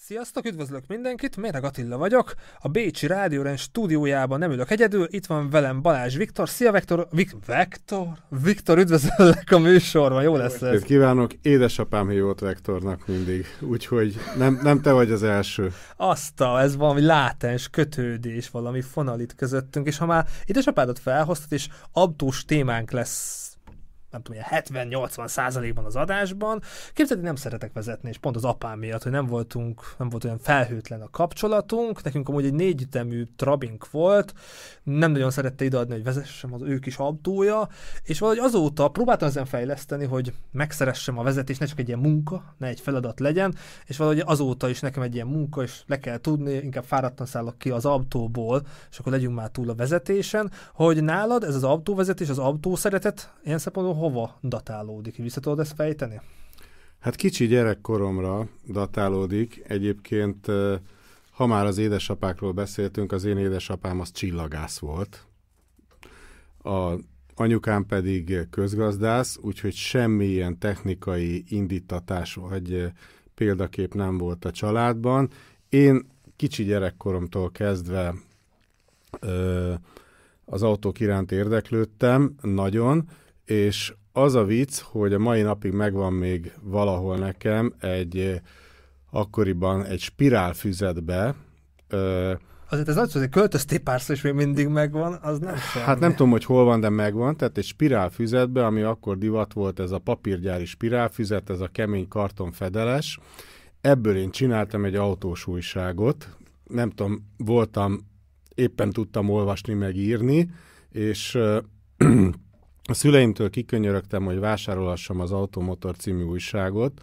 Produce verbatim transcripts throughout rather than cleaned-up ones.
Sziasztok, üdvözlök mindenkit, Méreg Attila vagyok. A Bécsi Rádió Ranch stúdiójában nem ülök egyedül, itt van velem Balázs Viktor. Szia Viktor! Vik- Vektor? Viktor, üdvözöllek a műsorban, jó lesz ez? Kívánok, édesapám hívott Vektornak mindig, úgyhogy nem, nem te vagy az első. Azta, ez valami látens kötődés, valami fonal itt közöttünk, és ha már édesapádat felhoztad, és autós témánk lesz, nem tudom, hetven-nyolcvan százalékban az adásban. Képzeld, hogy nem szeretek vezetni, és pont az apám miatt, hogy nem voltunk, nem volt olyan felhőtlen a kapcsolatunk. Nekünk amúgy egy négyütemű trabink volt, nem nagyon szerette ideadni, hogy vezessem az ő kis autója, és valahogy azóta próbáltam ezen fejleszteni, hogy megszeressem a vezetést, ne csak egy ilyen munka, ne egy feladat legyen, és valahogy azóta is nekem egy ilyen munka, és le kell tudni, inkább fáradtan szállok ki az autóból, és akkor legyünk már túl a vezetésen, hogy nálad ez az autóvezetés, az autószeretet ilyen szempontból hova datálódik? Vissza tudod ezt fejteni? Hát kicsi gyerekkoromra datálódik. Egyébként, ha már az édesapákról beszéltünk, az én édesapám az csillagász volt. A anyukám pedig közgazdász, úgyhogy semmilyen technikai indítatás vagy példakép nem volt a családban. Én kicsi gyerekkoromtól kezdve ö, az autók iránt érdeklődtem nagyon, és az a vicc, hogy a mai napig megvan még valahol nekem egy akkoriban egy spirálfüzetbe. Ö, Azért ez nagy, hogy költöztél párszor, és még mindig megvan, az nem semmi. Hát nem tudom, hogy hol van, de megvan. Tehát egy spirálfüzetbe, ami akkor divat volt, ez a papírgyári spirálfüzet, ez a kemény kartonfedeles. Ebből én csináltam egy autós újságot. Nem tudom, voltam, éppen tudtam olvasni, meg írni, és ö, a szüleimtől kikönyörögtem, hogy vásárolhassam az Automotor című újságot.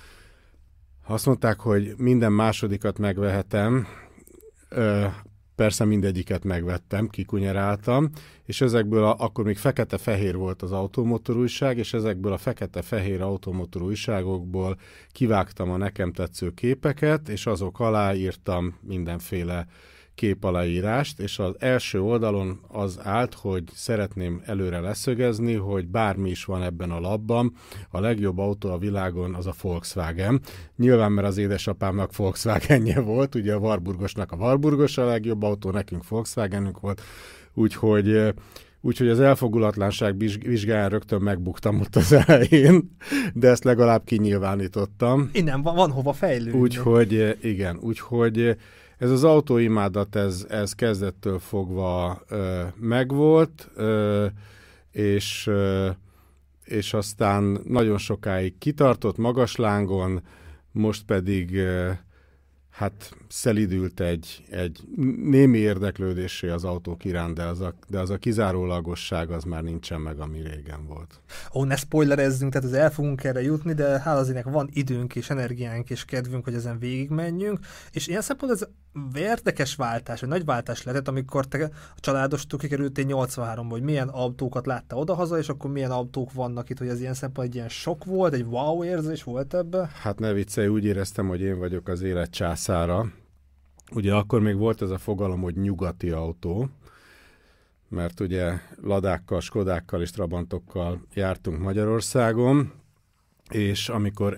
Azt mondták, hogy minden másodikat megvehetem, Ö, persze mindegyiket megvettem, kikunyeráltam, és ezekből a, akkor még fekete-fehér volt az Automotor újság, és ezekből a fekete-fehér Automotor újságokból kivágtam a nekem tetsző képeket, és azok alá írtam mindenféle képaláírást, és az első oldalon az állt, hogy szeretném előre leszögezni, hogy bármi is van ebben a labban, a legjobb autó a világon az a Volkswagen. Nyilván, mert az édesapámnak Volkswagenje volt, ugye a Warburgosnak a Warburgos a legjobb autó, nekünk Volkswagenünk volt, úgyhogy, úgyhogy az elfogulatlanság vizsgáján rögtön megbuktam ott az elején, de ezt legalább kinyilvánítottam. Innen van, van hova fejlődni. Úgyhogy igen, úgyhogy ez az autóimádat, ez, ez kezdettől fogva ö, megvolt, ö, és, ö, és aztán nagyon sokáig kitartott magas lángon, most pedig ö, hát szelidült egy, egy némi érdeklődésé az autók iránt, de az, a, de az a kizárólagosság az már nincsen meg, ami régen volt. Ó, ne spoilerezzünk, tehát az el fogunk erre jutni, de hála azért van időnk és energiánk és kedvünk, hogy ezen végigmenjünk, és ilyen szempontból ez érdekes váltás, egy nagy váltás lehetett, amikor te a családostól kikerültél nyolcvanháromba, hogy milyen autókat látta odahaza, és akkor milyen autók vannak itt, hogy ez ilyen szempontból egy ilyen sok volt, egy wow érzés volt ebben? Hát ne viccelj, úgy éreztem, hogy én vagyok az élet császára. Ugye akkor még volt ez a fogalom, hogy nyugati autó, mert ugye ladákkal, skodákkal és trabantokkal jártunk Magyarországon, és amikor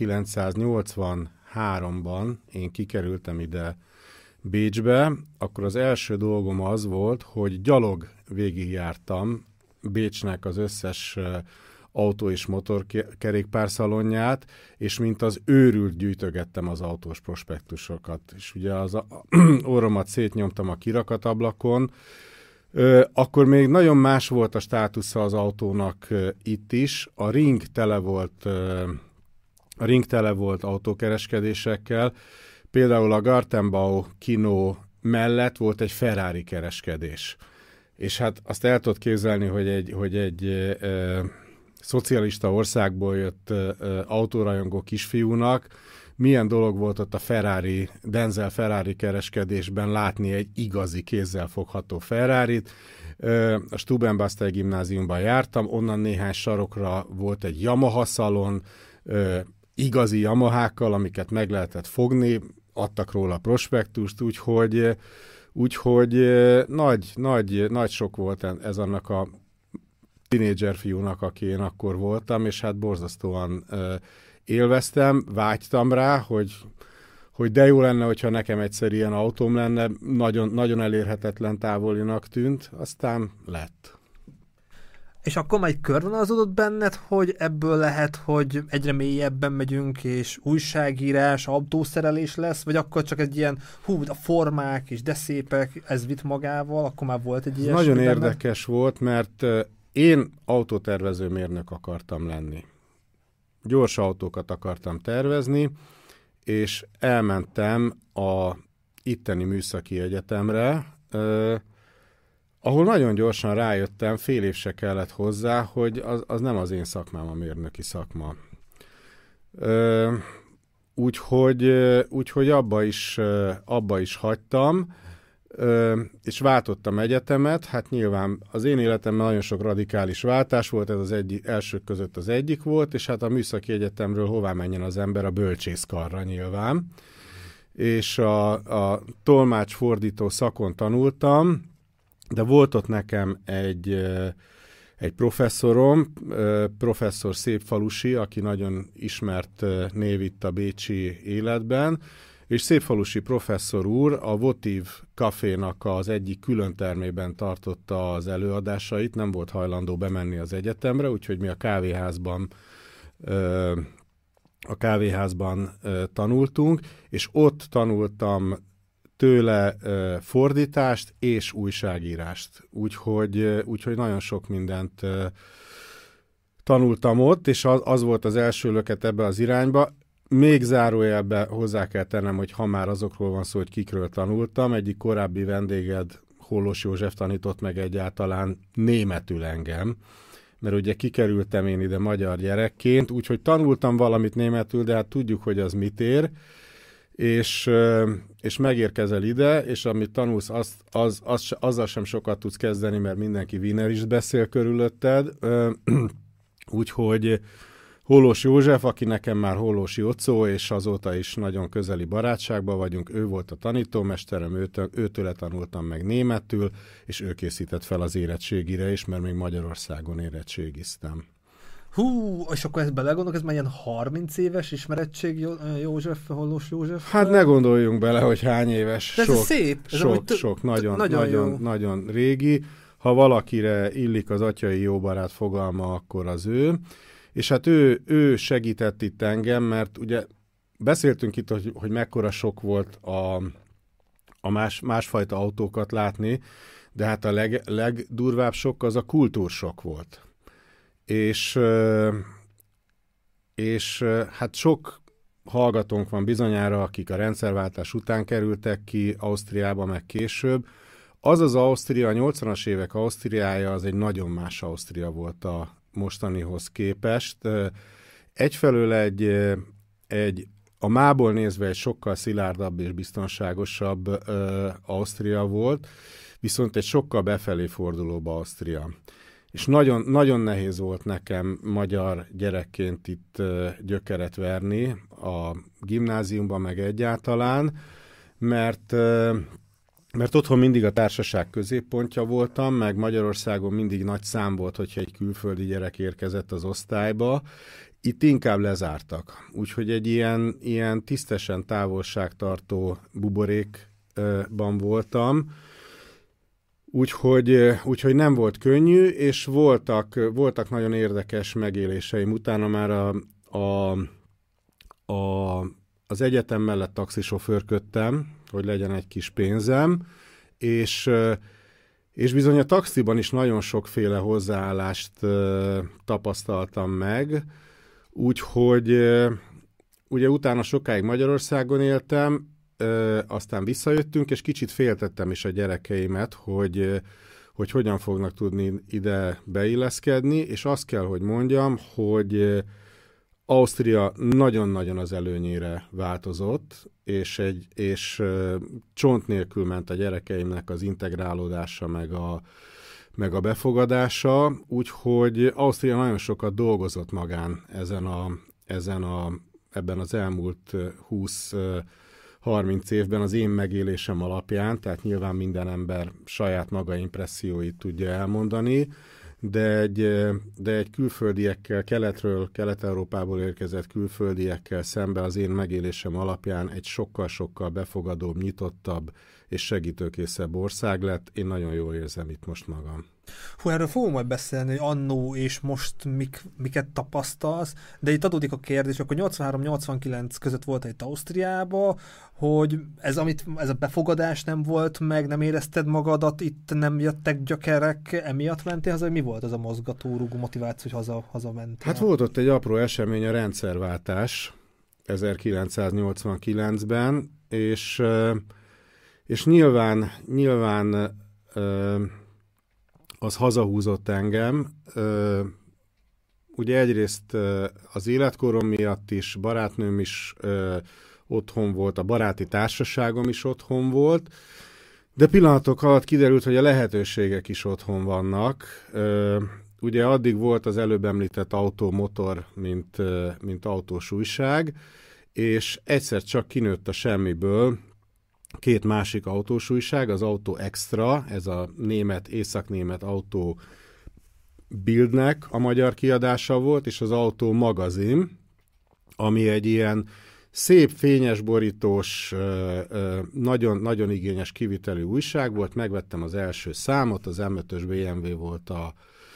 ezerkilencszáznyolcvanháromban én kikerültem ide Bécsbe, akkor az első dolgom az volt, hogy gyalog végigjártam Bécsnek az összes autó- és motorkerékpárszalonját, és mint az őrült gyűjtögettem az autós prospektusokat. És ugye az a, orromat szétnyomtam a kirakatablakon. Ö, akkor még nagyon más volt a státusza az autónak ö, itt is. A ring tele volt, ö, a ring tele volt autókereskedésekkel. Például a Gartenbau Kino mellett volt egy Ferrari kereskedés. És hát azt el tudod képzelni, hogy egy, hogy egy ö, szocialista országból jött ö, ö, autórajongó kisfiúnak milyen dolog volt ott a Ferrari, Denzel Ferrari kereskedésben látni egy igazi kézzel fogható Ferrarit. Ö, a Stubenbastei gimnáziumban jártam, onnan néhány sarokra volt egy Yamaha szalon, ö, igazi Yamahákkal, amiket meg lehetett fogni, adtak róla prospektust, úgyhogy, úgyhogy nagy, nagy, nagy sok volt ez annak a tínédzser fiúnak, aki én akkor voltam, és hát borzasztóan élveztem, vágytam rá, hogy, hogy de jó lenne, hogyha nekem egyszer ilyen autóm lenne, nagyon, nagyon elérhetetlen távolinak tűnt, aztán lett. És akkor már egy körvonalazódott benned, hogy ebből lehet, hogy egyre mélyebben megyünk, és újságírás, autószerelés lesz, vagy akkor csak egy ilyen, hú, a formák is, de szépek, ez vitt magával, akkor már volt egy ilyen. Nagyon érdekes volt, mert én autótervező mérnök akartam lenni. Gyors autókat akartam tervezni, és elmentem a itteni műszaki egyetemre, eh, ahol nagyon gyorsan rájöttem, fél év se kellett hozzá, hogy az, az nem az én szakmám, a mérnöki szakma. Eh, úgyhogy, úgyhogy abba is, abba is hagytam, és váltottam egyetemet. Hát nyilván az én életemben nagyon sok radikális váltás volt, ez az egyik, elsők között az egyik volt, és hát a műszaki egyetemről hová menjen az ember? A bölcsészkarra nyilván. És a, a tolmács-fordító szakon tanultam, de volt ott nekem egy, egy professzorom, professzor Szépfalusi, aki nagyon ismert név itt a bécsi életben, és Szépfalusi professzor úr a Votív Cafénak az egyik külön termében tartotta az előadásait, nem volt hajlandó bemenni az egyetemre, úgyhogy mi a kávéházban, a kávéházban tanultunk, és ott tanultam tőle fordítást és újságírást. Úgyhogy, úgyhogy nagyon sok mindent tanultam ott, és az, az volt az első löket ebbe az irányba. Még zárójelbe hozzá kell tennem, hogy ha már azokról van szó, hogy kikről tanultam, egyik korábbi vendéged, Hollós József tanított meg egyáltalán németül engem, mert ugye kikerültem én ide magyar gyerekként, úgyhogy tanultam valamit németül, de hát tudjuk, hogy az mit ér, és, és megérkezel ide, és amit tanulsz, az, az, az, azzal sem sokat tudsz kezdeni, mert mindenki wienerist beszél körülötted, úgyhogy Hollós József, aki nekem már Hollós Jocó, és azóta is nagyon közeli barátságban vagyunk, ő volt a tanítómesterem, őtől, őtőle tanultam meg németül, és ő készített fel az érettségire is, mert még Magyarországon érettségiztem. Hú, és akkor ezt belegondolok, ez már ilyen harminc éves ismerettség József, Hollós József? Hát ne gondoljunk bele, hogy hány éves. De ez sok, szép. Ez sok, t- sok, nagyon, nagyon, nagyon, nagyon régi. Ha valakire illik az atyai jóbarát fogalma, akkor az ő. És hát ő, ő segített itt engem, mert ugye beszéltünk itt, hogy, hogy mekkora sok volt a, a más, másfajta autókat látni, de hát a leg, legdurvább sok az a kultúrsok volt. És, és hát sok hallgatónk van bizonyára, akik a rendszerváltás után kerültek ki Ausztriába, meg később. Az az Ausztria, a nyolcvanas évek Ausztriája, az egy nagyon más Ausztria volt a mostanihoz képest. Egyfelől egy, egy a mából nézve egy sokkal szilárdabb és biztonságosabb ö, Ausztria volt, viszont egy sokkal befelé fordulóbb Ausztria. És nagyon, nagyon nehéz volt nekem magyar gyerekként itt ö, gyökeret verni a gimnáziumban, meg egyáltalán, mert ö, Mert otthon mindig a társaság középpontja voltam, meg Magyarországon mindig nagy szám volt, hogyha egy külföldi gyerek érkezett az osztályba. Itt inkább lezártak. Úgyhogy egy ilyen, ilyen tisztesen távolságtartó buborékban voltam. Úgyhogy, úgyhogy nem volt könnyű, és voltak, voltak nagyon érdekes megéléseim. Utána már a, a, a, az egyetem mellett taxisofőrködtem, hogy legyen egy kis pénzem, és, és bizony a taxiban is nagyon sokféle hozzáállást tapasztaltam meg, úgyhogy ugye utána sokáig Magyarországon éltem, aztán visszajöttünk, és kicsit féltettem is a gyerekeimet, hogy, hogy hogyan fognak tudni ide beilleszkedni, és azt kell, hogy mondjam, hogy Ausztria nagyon-nagyon az előnyére változott, és, egy, és csont nélkül ment a gyerekeimnek az integrálódása, meg a, meg a befogadása, úgyhogy Ausztria nagyon sokat dolgozott magán ezen a, ezen a, ebben az elmúlt húsz-harminc évben az én megélésem alapján, tehát nyilván minden ember saját maga impresszióit tudja elmondani, de egy, de egy külföldiekkel, keletről, Kelet-Európából érkezett külföldiekkel szembe az én megélésem alapján egy sokkal-sokkal befogadóbb, nyitottabb és segítőkészebb ország lett. Én nagyon jól érzem itt most magam. Hú, erről fogom majd beszélni, hogy annó és most mik, miket tapasztalsz, de itt adódik a kérdés, akkor nyolcvanhárom nyolcvankilenc között volt itt Ausztriába, hogy ez, amit, ez a befogadás nem volt meg, nem érezted magadat, itt nem jöttek gyökerek, emiatt mentél haza, hogy mi volt az a mozgatórugó motiváció, hogy haza, haza mentél? Hát volt ott egy apró esemény, a rendszerváltás ezerkilencszáznyolcvankilencben, és, és nyilván, nyilván az hazahúzott engem. Ugye egyrészt az életkorom miatt is, barátnőm is otthon volt, a baráti társaságom is otthon volt, de pillanatok alatt kiderült, hogy a lehetőségek is otthon vannak. Ugye addig volt az előbb említett Automotor, mint, mint autós újság, és egyszer csak kinőtt a semmiből két másik autós újság, az Auto Extra, ez a német, északnémet Auto Bildnek a magyar kiadása volt, és az Auto Magazin, ami egy ilyen szép, fényes, borítós, nagyon, nagyon igényes kivitelű újság volt. Megvettem az első számot, az em ötös bé em vé volt a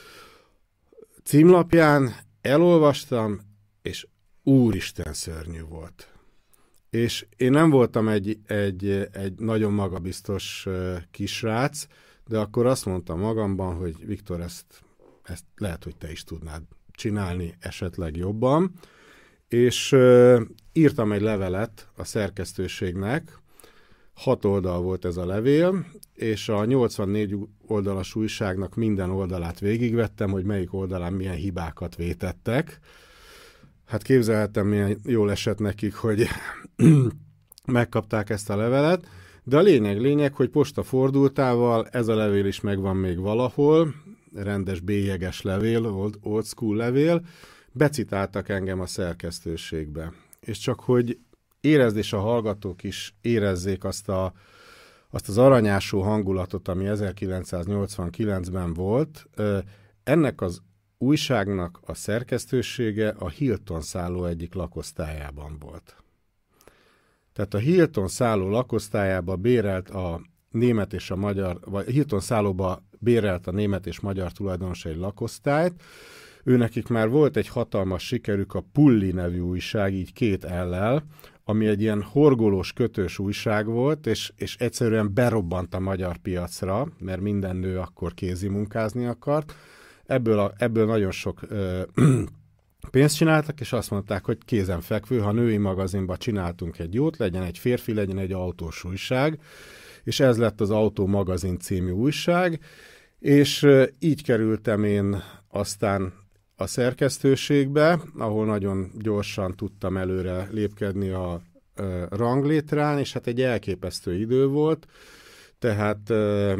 címlapján, elolvastam, és úristen szörnyű volt. És én nem voltam egy, egy, egy nagyon magabiztos kisrác, de akkor azt mondtam magamban, hogy Viktor, ezt, ezt lehet, hogy te is tudnád csinálni esetleg jobban. És uh, írtam egy levelet a szerkesztőségnek, hat oldal volt ez a levél, és a nyolcvannégy oldalas újságnak minden oldalát végigvettem, hogy melyik oldalán milyen hibákat vétettek. Hát képzelhettem, milyen jól esett nekik, hogy megkapták ezt a levelet, de a lényeg lényeg, hogy postafordultával ez a levél is megvan még valahol, rendes bélyeges levél, old, old school levél, becitáltak engem a szerkesztőségbe. És csak hogy érezd, és a hallgatók is érezzék azt, a, azt az aranyású hangulatot, ami ezerkilencszáznyolcvankilencben volt, ennek az újságnak a szerkesztősége a Hilton szálló egyik lakosztályában volt. Tehát a Hilton szálló lakosztályába bérelt a német és a magyar, vagy Hilton szállóba bérelt a német és magyar tulajdonos egy lakosztályt. Őnekik már volt egy hatalmas sikerük, a Pulli nevű újság, így két ellel, ami egy ilyen horgolós, kötős újság volt, és, és egyszerűen berobbant a magyar piacra, mert minden nő akkor kézimunkázni akart. Ebből, a, ebből nagyon sok ö, pénzt csináltak, és azt mondták, hogy kézenfekvő, ha női magazinban csináltunk egy jót, legyen egy férfi, legyen egy autós újság, és ez lett az Autó Magazin című újság, és ö, így kerültem én aztán a szerkesztőségbe, ahol nagyon gyorsan tudtam előre lépkedni a ö, ranglétrán, és hát egy elképesztő idő volt, tehát ö,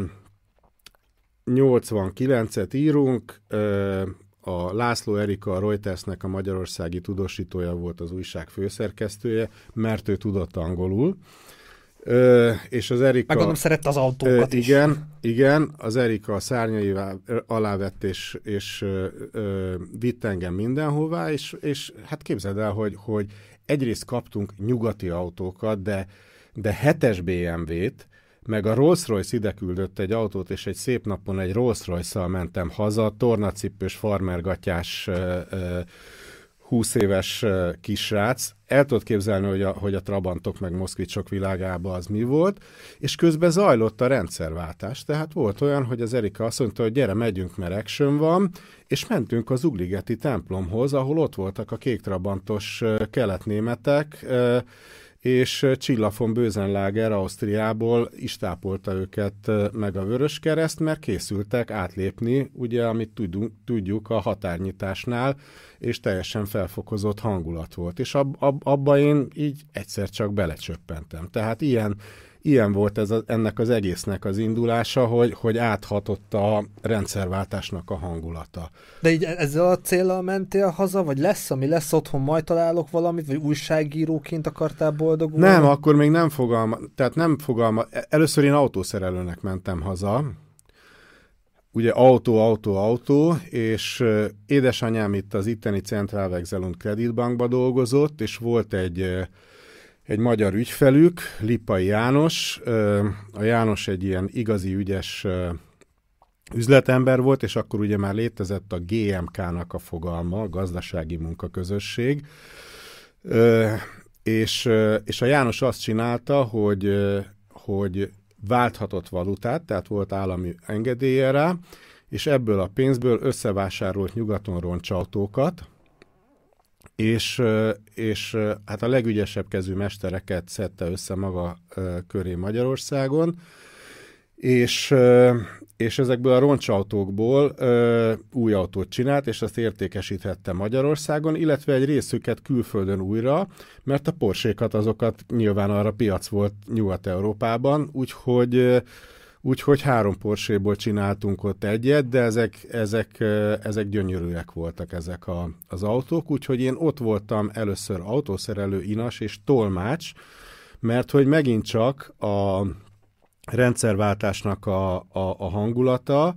nyolcvankilencet írunk, a László Erika, a Reutersnek a magyarországi tudósítója volt az újság főszerkesztője, mert ő tudott angolul. És az Erika... Meg gondolom, szerette az autókat is. Igen, igen, az Erika a szárnyai alá vett, és, és vitt engem mindenhová, és, és hát képzeld el, hogy, hogy egyrészt kaptunk nyugati autókat, de, de hetes bé em vét, meg a Rolls-Royce ide küldött egy autót, és egy szép napon egy Rolls-Royce-szal mentem haza, tornacipős, farmergatyás, húsz éves kisrác. El tudod képzelni, hogy a, hogy a Trabantok meg Moszkvicsok világában az mi volt, és közben zajlott a rendszerváltás. Tehát volt olyan, hogy az Erika azt mondta, hogy gyere, megyünk, mert action van, és mentünk az Ugligeti templomhoz, ahol ott voltak a kék Trabantos keletnémetek, és Csilla von Bösenlager Ausztriából is tápolta őket meg a Vöröskereszt, mert készültek átlépni, ugye, amit tudunk, tudjuk a határnyitásnál, és teljesen felfokozott hangulat volt. És ab, ab, abba én így egyszer csak belecsöppentem. Tehát ilyen, ilyen volt ez a, ennek az egésznek az indulása, hogy, hogy áthatott a rendszerváltásnak a hangulata. De így ezzel a céllal mentél haza, vagy lesz, ami lesz otthon, majd találok valamit, vagy újságíróként akartál boldogulni? Nem, akkor még nem fogalma, tehát nem fogalma, először én autószerelőnek mentem haza, ugye autó, autó, autó, és édesanyám itt az itteni Zentralwechsel- Kreditbankba dolgozott, és volt egy, egy magyar ügyfelük, Lippai János. A János egy ilyen igazi ügyes üzletember volt, és akkor ugye már létezett a gé em ká-nak a fogalma, a gazdasági munkaközösség, és, és a János azt csinálta, hogy, hogy válthatott valutát, tehát volt állami engedélye rá, és ebből a pénzből összevásárolt nyugaton roncsautókat, és, és hát a legügyesebb kezű mestereket szedte össze maga köré Magyarországon, és, és ezekből a roncsautókból új autót csinált, és azt értékesíthette Magyarországon, illetve egy részüket külföldön újra, mert a Porsche-kat azokat nyilván arra piac volt Nyugat-Európában, úgyhogy, úgyhogy három Porsche-ból csináltunk ott egyet, de ezek, ezek, ezek gyönyörűek voltak ezek a, az autók, úgyhogy én ott voltam először autószerelő, inas és tolmács, mert hogy megint csak a rendszerváltásnak a, a, a hangulata.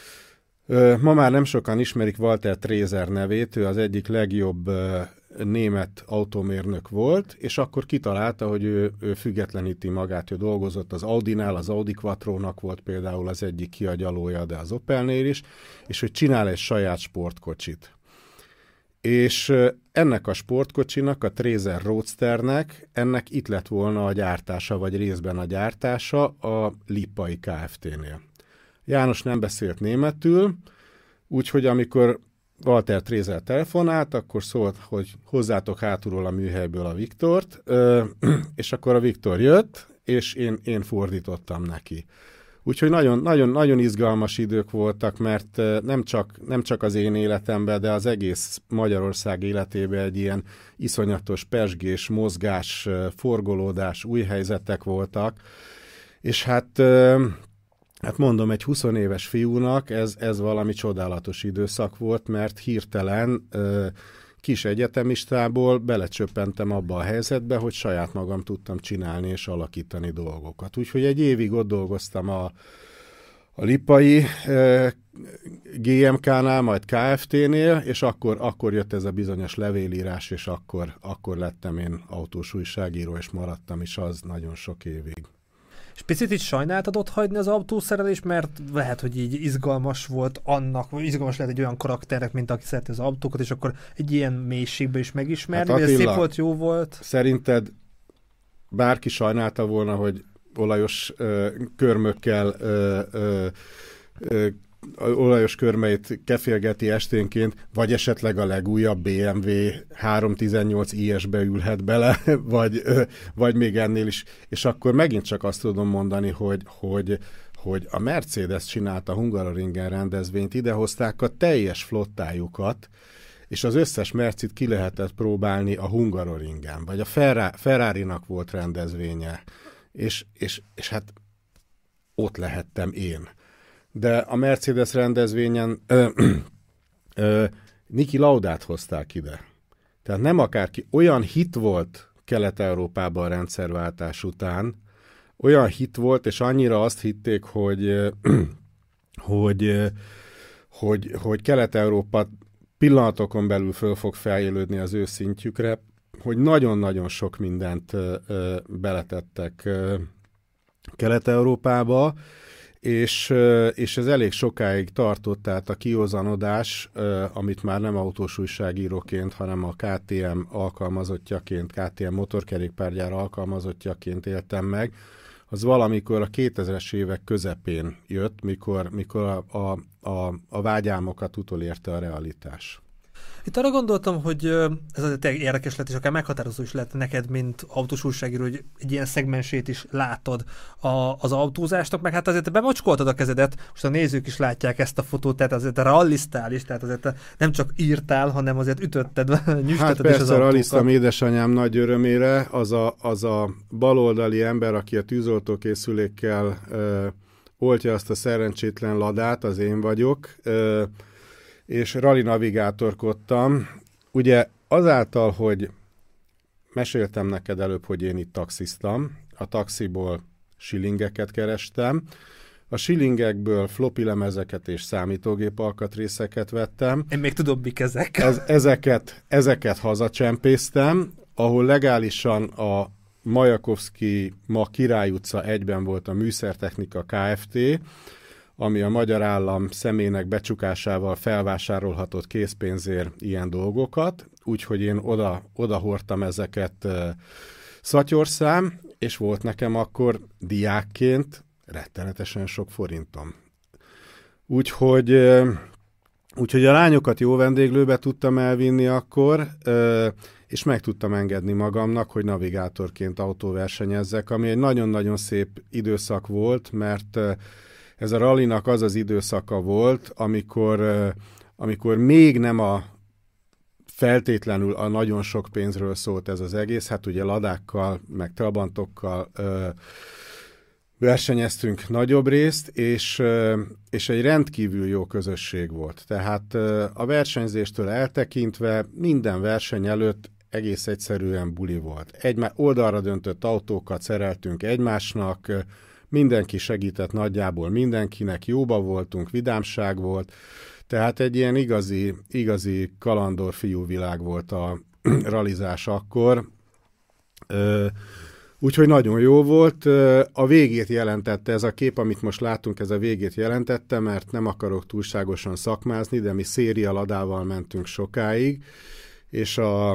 Ma már nem sokan ismerik Walter Trézer nevét, ő az egyik legjobb német autómérnök volt, és akkor kitalálta, hogy ő, ő függetleníti magát, ő dolgozott az Audinál, az Audi Quattro-nak volt például az egyik kiagyalója, de az Opelnél is, és hogy csinál egy saját sportkocsit. És ennek a sportkocsinak, a Trézer Roadsternek, ennek itt lett volna a gyártása, vagy részben a gyártása a Lippai Kft-nél. János nem beszélt németül, úgyhogy amikor Walter Trézer telefonált, akkor szólt, hogy hozzátok hátulról a műhelyből a Viktort, és akkor a Viktor jött, és én, én fordítottam neki. Úgyhogy nagyon, nagyon, nagyon izgalmas idők voltak, mert nem csak, nem csak az én életemben, de az egész Magyarország életében egy ilyen iszonyatos pezsgés, mozgás, forgolódás, új helyzetek voltak. És hát, hát mondom, egy húsz éves fiúnak ez, ez valami csodálatos időszak volt, mert hirtelen kis egyetemistából belecsöppentem abba a helyzetbe, hogy saját magam tudtam csinálni és alakítani dolgokat. Úgyhogy egy évig ott dolgoztam a, a Lippai e, gé em ká-nál, majd Kft-nél, és akkor, akkor jött ez a bizonyos levélírás, és akkor, akkor lettem én autós újságíró, és maradtam is az nagyon sok évig. És picit így sajnáltad ott hagyni az autószerelést, mert lehet, hogy így izgalmas volt annak, vagy izgalmas lehet egy olyan karakternek, mint aki szereti az autókat, és akkor egy ilyen mélységbe is megismerni, hát Attila, vagy ez szép volt, jó volt. Szerinted bárki sajnálta volna, hogy olajos ö, körmökkel ö, ö, ö, olajos körmeit kefélgeti esténként, vagy esetleg a legújabb bé em vé háromszáztizennyolc i es-be ülhet bele, vagy, vagy még ennél is. És akkor megint csak azt tudom mondani, hogy, hogy, hogy a Mercedes csinálta a Hungaroringen rendezvényt, idehozták a teljes flottájukat, és az összes Mercit ki lehetett próbálni a Hungaroringen, vagy a Ferrari-nak volt rendezvénye, és, és, és hát ott lehettem én. De a Mercedes rendezvényen ö, ö, Niki Laudát hozták ide. Tehát nem akárki, olyan hit volt Kelet-Európában a rendszerváltás után, olyan hit volt, és annyira azt hitték, hogy, hogy, hogy, hogy Kelet-Európa pillanatokon belül föl fog feljelődni az ő szintjükre, hogy nagyon-nagyon sok mindent ö, ö, beletettek ö, Kelet-Európába, És, és ez elég sokáig tartott, tehát a kiózanodás, amit már nem autós újságíróként, hanem a ká té em alkalmazottjaként, ká té em motorkerékpárgyár alkalmazottjaként éltem meg, az valamikor a kétezres évek közepén jött, mikor, mikor a, a, a, a vágyálmokat utolérte a realitás. Itt arra gondoltam, hogy ez azért érdekes lett, és akár meghatározó is lett neked, mint autós újságíró, hogy egy ilyen szegmensét is látod a, az autózásnak, meg hát azért te bemocskoltad a kezedet, most a nézők is látják ezt a fotót, tehát azért te rallisztál is, tehát azért te nem csak írtál, hanem azért ütötted, nyüstötted hát is persze, az autókat. rallisztam édesanyám nagy örömére, az a, az a baloldali ember, aki a tűzoltókészülékkel ö, oltja azt a szerencsétlen ladát, az én vagyok, ö, és rally navigátorkodtam. Ugye azáltal, hogy meséltem neked előbb, hogy én itt taxiztam, a taxiból shillingeket kerestem, A shillingekből floppy lemezeket és számítógép alkatrészeket vettem. Én még tudom, mik ezek. Ez, ezeket, ezeket hazacsempésztem, ahol legálisan a Majakovszky, ma Király utca egyben volt a Műszertechnika Kft., ami a magyar állam személynek becsukásával felvásárolhatott készpénzért ilyen dolgokat, úgyhogy én oda, oda hordtam ezeket uh, Szatyorszám, és volt nekem akkor diákként rettenetesen sok forintom. Úgyhogy, uh, úgyhogy a lányokat jó vendéglőbe tudtam elvinni akkor, uh, és meg tudtam engedni magamnak, hogy navigátorként autóversenyezzek, ami egy nagyon-nagyon szép időszak volt, mert uh, ez a rallinak az az időszaka volt, amikor, amikor még nem a feltétlenül a nagyon sok pénzről szólt ez az egész, hát ugye ladákkal, meg trabantokkal ö, versenyeztünk nagyobb részt, és, ö, és egy rendkívül jó közösség volt. Tehát ö, a versenyzéstől eltekintve minden verseny előtt egész egyszerűen buli volt. Egy oldalra döntött autókat szereltünk egymásnak, mindenki segített nagyjából mindenkinek, jóba voltunk, vidámság volt, tehát egy ilyen igazi, igazi kalandor fiúvilág volt a ralizás akkor. Úgyhogy nagyon jó volt. A végét jelentette ez a kép, amit most látunk, ez a végét jelentette, mert nem akarok túlságosan szakmázni, de mi szérialadával mentünk sokáig, és a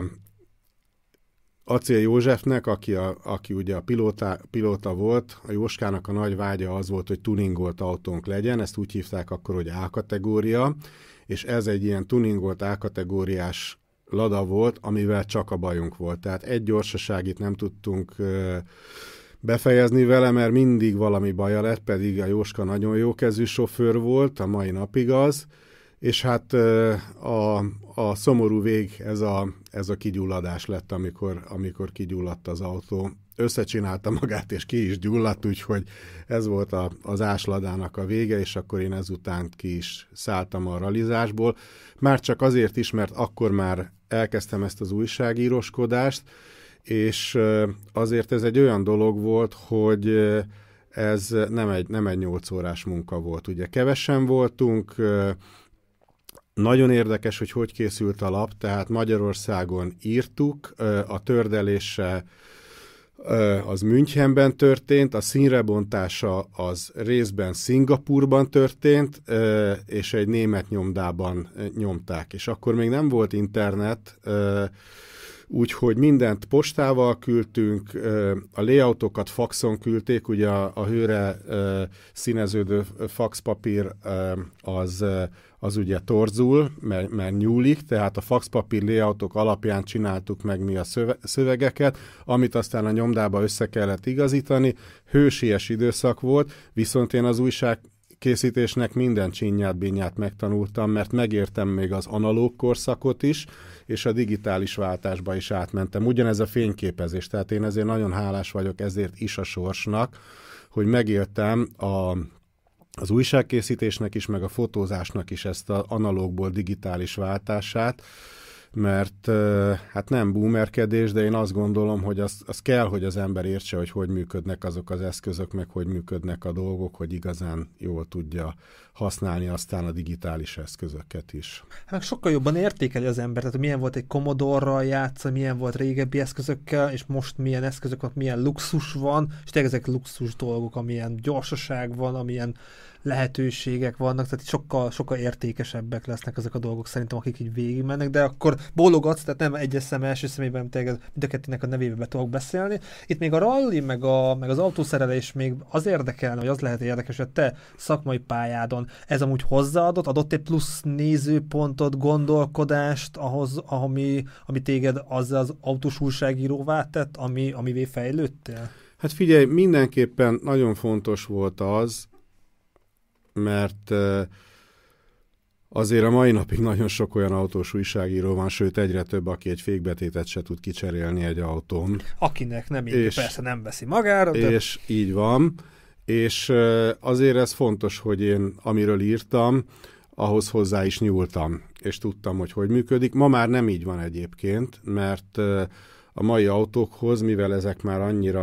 Acél Józsefnek, aki, a, aki ugye a pilóta, pilóta volt, a Jóskának a nagy vágya az volt, hogy tuningolt autónk legyen, ezt úgy hívták akkor, hogy A-kategória, és ez egy ilyen tuningolt A-kategóriás Lada volt, amivel csak a bajunk volt. Tehát egy gyorsaságit nem tudtunk ö, befejezni vele, mert mindig valami baja lett, pedig a Jóska nagyon jókezű sofőr volt, a mai napig az, és hát a, a szomorú vég ez a, ez a kigyulladás lett, amikor, amikor kigyulladt az autó. Összecsinálta magát, és ki is gyulladt, úgyhogy ez volt a, az Ásladának a vége, és akkor én ezután ki is szálltam a ralizásból. Már csak azért is, mert akkor már elkezdtem ezt az újságíróskodást, és azért ez egy olyan dolog volt, hogy ez nem egy, nem egy nyolc órás munka volt. Ugye kevesen voltunk, nagyon érdekes, hogy hogy készült a lap, tehát Magyarországon írtuk, a tördelése az Münchenben történt, a színrebontása az részben Szingapúrban történt, és egy német nyomdában nyomták. És akkor még nem volt internet, úgyhogy mindent postával küldtünk, a layoutokat faxon küldték, ugye a, a hőre színeződő faxpapír az, az ugye torzul, mert, mert nyúlik, tehát a faxpapír layoutok alapján csináltuk meg mi a szövegeket, amit aztán a nyomdába össze kellett igazítani. Hősies időszak volt, viszont én az újság készítésnek minden csinyát, binyát megtanultam, mert megértem még az analóg korszakot is, és a digitális váltásba is átmentem. Ugyanez a fényképezés, tehát én ezért nagyon hálás vagyok ezért is a sorsnak, hogy megéltem a, az újságkészítésnek is, meg a fotózásnak is ezt az analógból digitális váltását, mert hát nem boomerkedés, de én azt gondolom, hogy az, az kell, hogy az ember értse, hogy hogy működnek azok az eszközök, meg hogy működnek a dolgok, hogy igazán jól tudja használni aztán a digitális eszközöket is. Hát sokkal jobban értékeli az ember, tehát milyen volt egy Commodore-ral játszani, milyen volt régebbi eszközökkel, és most milyen eszközök, milyen luxus van, és tényleg ezek luxus dolgok, amilyen gyorsaság van, amilyen lehetőségek vannak, tehát sokkal, sokkal értékesebbek lesznek ezek a dolgok szerintem, akik így végigmennek, de akkor bólogatsz, tehát nem egyes szem első szemében tényleg mind a kettőnek a nevébe tudok beszélni. Itt még a rally, meg, a, meg az autószerelés még az érdekelne, vagy az lehet érdekes, hogy te szakmai pályádon ez amúgy hozzáadott, adott egy plusz nézőpontot, gondolkodást ahhoz, ami, ami téged az az autós újságíróvá tett, ami, amivé fejlődtél? Hát figyelj, mindenképpen nagyon fontos volt az, mert azért a mai napig nagyon sok olyan autós újságíró van, sőt egyre több, aki egy fékbetétet se tud kicserélni egy autón. Akinek nem így, persze nem veszi magára. De... És így van, és azért ez fontos, hogy én amiről írtam, ahhoz hozzá is nyúltam, és tudtam, hogy hogy működik. Ma már nem így van egyébként, mert a mai autókhoz, mivel ezek már annyira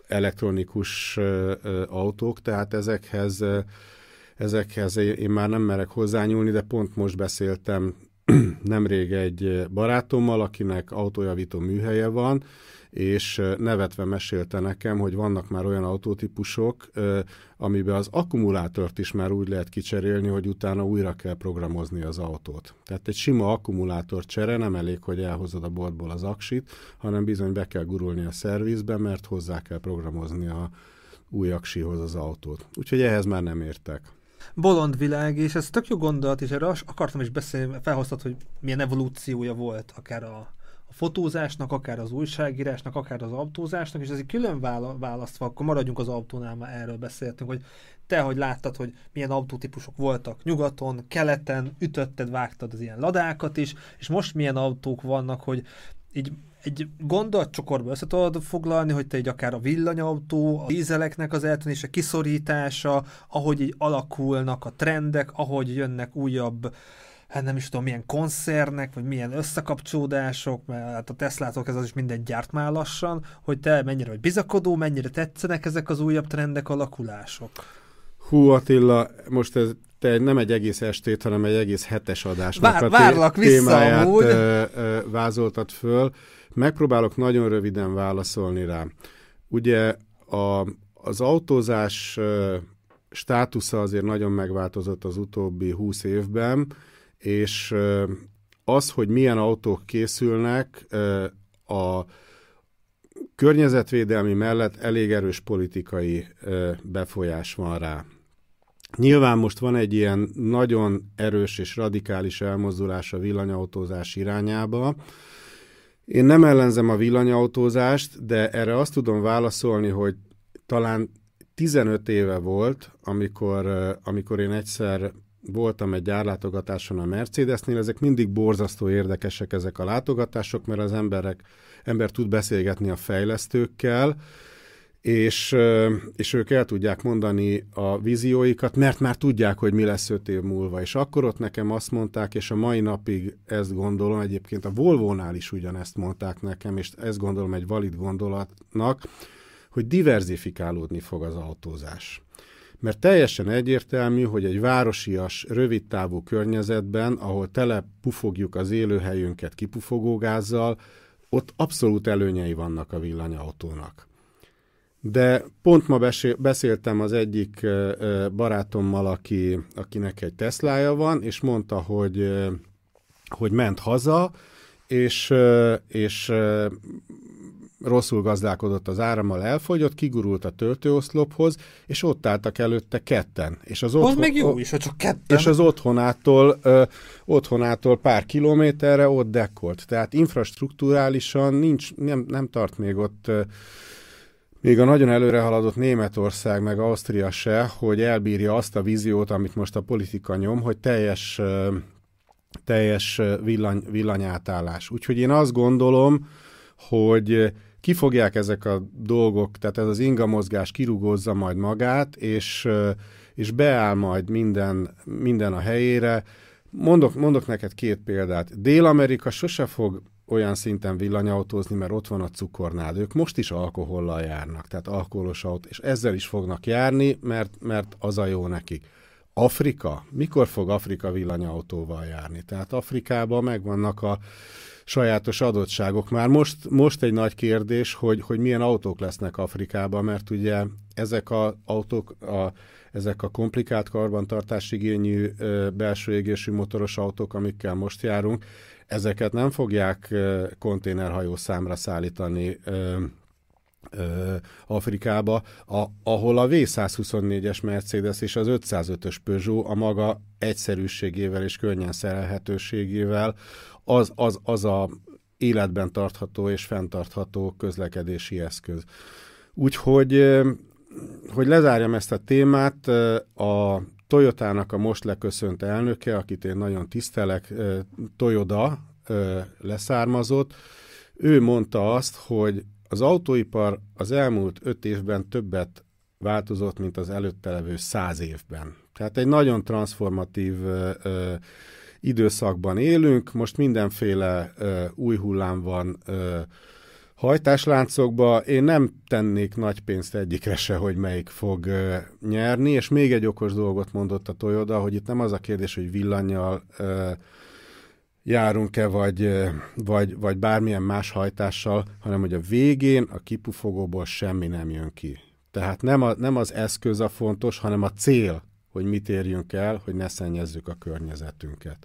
elektronikus ö, ö, autók, tehát ezekhez, ö, ezekhez én már nem merek hozzányúlni, de pont most beszéltem nemrég egy barátommal, akinek autójavító műhelye van, és nevetve mesélte nekem, hogy vannak már olyan autótípusok, amiben az akkumulátort is már úgy lehet kicserélni, hogy utána újra kell programozni az autót. Tehát egy sima akkumulátor csere nem elég, hogy elhozod a boltból az aksit, hanem bizony be kell gurulni a szervizbe, mert hozzá kell programozni a új aksihoz az autót. Úgyhogy ehhez már nem értek. Bolond világ, és ez tök jó gondolat, és erre akartam is beszélni, felhoztad, hogy milyen evolúciója volt, akár a, a fotózásnak, akár az újságírásnak, akár az autózásnak, és ezért külön választva, akkor maradjunk az autónál, már erről beszéltünk, hogy te, hogy láttad, hogy milyen autótípusok voltak nyugaton, keleten, ütötted, vágtad az ilyen ladákat is, és most milyen autók vannak, hogy így egy gondolatcsokorba össze tudod foglalni, hogy te így akár a villanyautó, a dízeleknek az eltűnése, kiszorítása, ahogy így alakulnak a trendek, ahogy jönnek újabb, hát nem is tudom, milyen koncernek, vagy milyen összekapcsolódások, mert hát a Teslátok ez az is minden gyárt már lassan, hogy te mennyire vagy bizakodó, mennyire tetszenek ezek az újabb trendek, alakulások. Hú, Attila, most ez te nem egy egész estét, hanem egy egész hetes adásnak Vár, a várlak té- témáját vissza, ö, ö, vázoltad föl. Megpróbálok nagyon röviden válaszolni rá. Ugye a, az autózás ö, státusza azért nagyon megváltozott az utóbbi húsz évben, és ö, az, hogy milyen autók készülnek, ö, a környezetvédelmi mellett elég erős politikai ö, befolyás van rá. Nyilván most van egy ilyen nagyon erős és radikális elmozdulás a villanyautózás irányába. Én nem ellenzem a villanyautózást, de erre azt tudom válaszolni, hogy talán tizenöt éve volt, amikor, amikor én egyszer voltam egy gyárlátogatáson a Mercedesnél. Ezek mindig borzasztó érdekesek ezek a látogatások, mert az emberek, ember tud beszélgetni a fejlesztőkkel, és, és ők el tudják mondani a vízióikat, mert már tudják, hogy mi lesz öt év múlva. És akkor ott nekem azt mondták, és a mai napig ezt gondolom, egyébként a Volvónál is ugyanezt mondták nekem, és ezt gondolom egy valid gondolatnak, hogy diverzifikálódni fog az autózás. Mert teljesen egyértelmű, hogy egy városias, rövidtávú környezetben, ahol tele pufogjuk az élőhelyünket kipufogógázzal, ott abszolút előnyei vannak a villanyautónak. De pont ma beszéltem az egyik barátommal, aki, akinek egy Teslája van, és mondta, hogy, hogy ment haza, és, és rosszul gazdálkodott az árammal, elfogyott, kigurult a töltőoszlophoz, és ott álltak előtte ketten. És az, otthon, még jó is, hogy csak ketten. És az otthonától, ö, otthonától pár kilométerre ott dekkolt. Tehát infrastrukturálisan nincs, nem, nem tart még ott, ö, még a nagyon előre haladott Németország meg Ausztria se, hogy elbírja azt a víziót, amit most a politika nyom, hogy teljes, ö, teljes villany, villanyátállás. Úgyhogy én azt gondolom, hogy ki fogják ezek a dolgok, tehát ez az ingamozgás kirugózza majd magát, és, és beáll majd minden, minden a helyére. Mondok, mondok neked két példát. Dél-Amerika sose fog olyan szinten villanyautózni, mert ott van a cukornád. Ők most is alkohollal járnak, tehát alkoholos autó, és ezzel is fognak járni, mert, mert az a jó nekik. Afrika? Mikor fog Afrika villanyautóval járni? Tehát Afrikában megvannak a sajátos adottságok. Már most, most egy nagy kérdés, hogy, hogy milyen autók lesznek Afrikában, mert ugye ezek az autók, a, ezek a komplikált karbantartásigényű belső égésű motoros autók, amikkel most járunk, ezeket nem fogják konténerhajó számra szállítani ö, ö, Afrikába, a, ahol a vé százhuszonnégyes Mercedes és az ötszázötös Peugeot a maga egyszerűségével és könnyen szerelhetőségével az, az, az a életben tartható és fenntartható közlekedési eszköz. Úgyhogy, hogy lezárjam ezt a témát, a Toyotának a most leköszönt elnöke, akit én nagyon tisztelek, Toyoda leszármazott, ő mondta azt, hogy az autóipar az elmúlt öt évben többet változott, mint az előtte levő száz évben. Tehát egy nagyon transformatív ö, időszakban élünk, most mindenféle ö, új hullám van, ö, Hajtásláncokba én nem tennék nagy pénzt egyikre se, hogy melyik fog uh, nyerni, és még egy okos dolgot mondott a Toyota, hogy itt nem az a kérdés, hogy villannyal uh, járunk-e, vagy, uh, vagy, vagy bármilyen más hajtással, hanem hogy a végén a kipufogóból semmi nem jön ki. Tehát nem, a, nem az eszköz a fontos, hanem a cél, hogy mit érjünk el, hogy ne szennyezzük a környezetünket.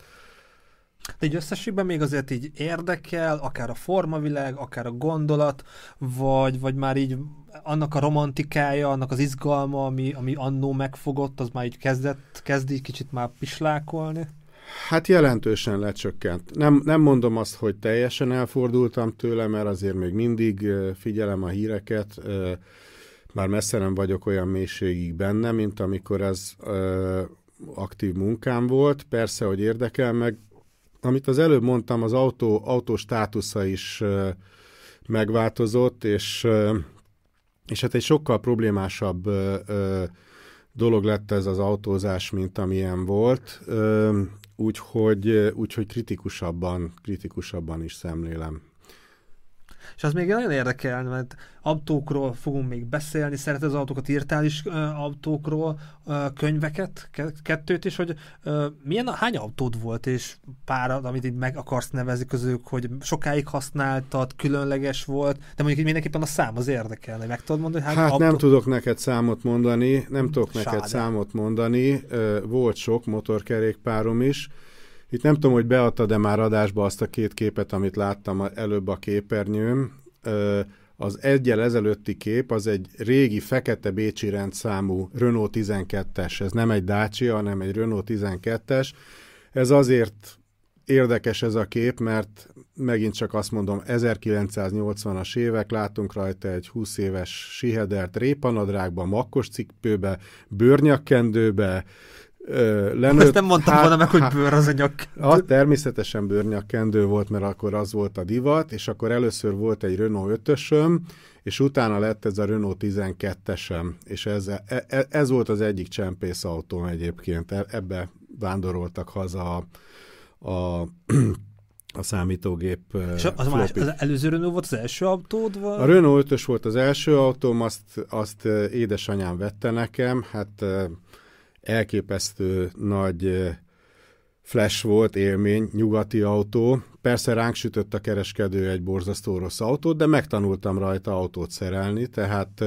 De így összességben még azért így érdekel, akár a formavilág, akár a gondolat, vagy, vagy már így annak a romantikája, annak az izgalma, ami, ami annó megfogott, az már így kezdett, kezd így kicsit már pislákolni? Hát jelentősen lecsökkent. Nem, nem mondom azt, hogy teljesen elfordultam tőle, mert azért még mindig figyelem a híreket, már messze nem vagyok olyan mélységig benne, mint amikor ez aktív munkám volt. Persze, hogy érdekel meg. Amit az előbb mondtam, az autó, autó státusza is uh, megváltozott, és, uh, és hát egy sokkal problémásabb uh, uh, dolog lett ez az autózás, mint amilyen volt, uh, úgyhogy, uh, úgyhogy kritikusabban, kritikusabban is szemlélem. És az még nagyon érdekel, mert autókról fogunk még beszélni, szereted az autókat, írtál is uh, autókról uh, könyveket, ke- kettőt is, hogy uh, milyen, hány autód volt, és pár, amit így meg akarsz nevezni közük, hogy sokáig használtad, különleges volt, de mondjuk így mindenképpen a szám az érdekelne. Meg tudod mondani, hogy hány Hát autó... nem tudok neked számot mondani, nem tudok Sáde. neked számot mondani, uh, volt sok motorkerékpárom is. Itt nem tudom, hogy beadtad-e már adásba azt a két képet, amit láttam előbb a képernyőm. Az egyel ezelőtti kép, az egy régi fekete bécsi rendszámú Renault tizenkettes. Ez nem egy Dacia, hanem egy Renault tizenkettes. Ez azért érdekes ez a kép, mert megint csak azt mondom, ezerkilencszáznyolcvanas évek, látunk rajta egy húsz éves sihedert répanadrágba, makkos cipőbe, bőrnyakkendőbe, Lenőtt, Ezt nem mondtam hát, volna meg, hogy hát, bőr az a nyakkendő. Hát természetesen bőrnyakkendő volt, mert akkor az volt a divat, és akkor először volt egy Renault ötösöm, és utána lett ez a Renault tizenkettesem, és ez, ez, ez volt az egyik csempész autóm egyébként, ebbe vándoroltak haza a, a, a számítógép. És az, más, az előző Renault volt az első autód? Vagy? A Renault ötös volt az első autóm, azt, azt édesanyám vette nekem, hát elképesztő nagy flash volt, élmény, nyugati autó. Persze ránk sütött a kereskedő egy borzasztó rossz autót, de megtanultam rajta autót szerelni, tehát,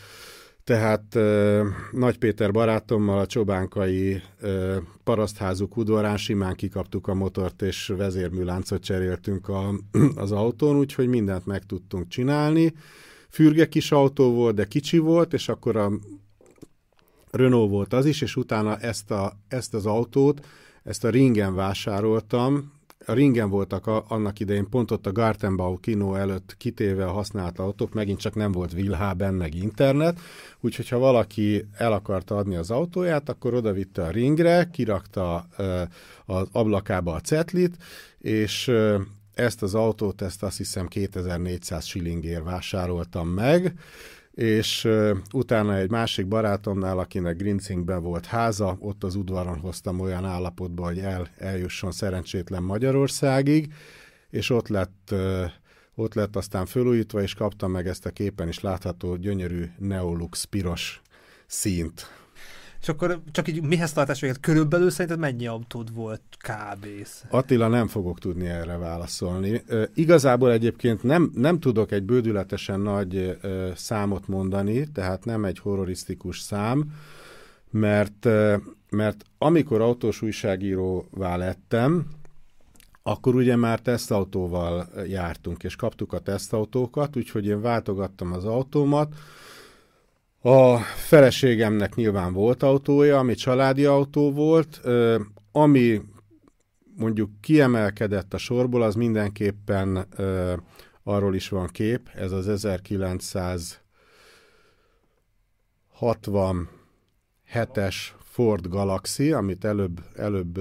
tehát Nagy Péter barátommal a csobánkai parasztházuk udvarán simán kikaptuk a motort, és vezérműláncot cseréltünk a, az autón, úgyhogy mindent meg tudtunk csinálni. Fürge kis autó volt, de kicsi volt, és akkor a Renault volt az is, és utána ezt, a, ezt az autót, ezt a Ringen vásároltam. A Ringen voltak a, annak idején pont ott a Gartenbau kinó előtt kitéve a használt autók, megint csak nem volt Willhaben, meg internet, úgyhogy ha valaki el akarta adni az autóját, akkor odavitte a Ringre, kirakta uh, az ablakába a cetlit, és uh, ezt az autót, ezt azt hiszem kétezer-négyszáz shillingért vásároltam meg, és uh, utána egy másik barátomnál, akinek Grinzingben volt háza, ott az udvaron hoztam olyan állapotba, hogy el, eljusson szerencsétlen Magyarországig, és ott lett, uh, ott lett aztán fölújítva, és kaptam meg ezt a képen is látható gyönyörű Neolux piros színt. És akkor csak így mihez tartás véget? Körülbelül szerinted mennyi autód volt kb. Attila, nem fogok tudni erre válaszolni. Uh, igazából egyébként nem, nem tudok egy bődületesen nagy uh, számot mondani, tehát nem egy horrorisztikus szám, mert, uh, mert amikor autós újságíróvá lettem, akkor ugye már tesztautóval jártunk, és kaptuk a tesztautókat, úgyhogy én váltogattam az autómat. A feleségemnek nyilván volt autója, ami családi autó volt, ami mondjuk kiemelkedett a sorból, az mindenképpen arról is van kép, ez az ezerkilencszázhatvanhetes Ford Galaxy, amit előbb, előbb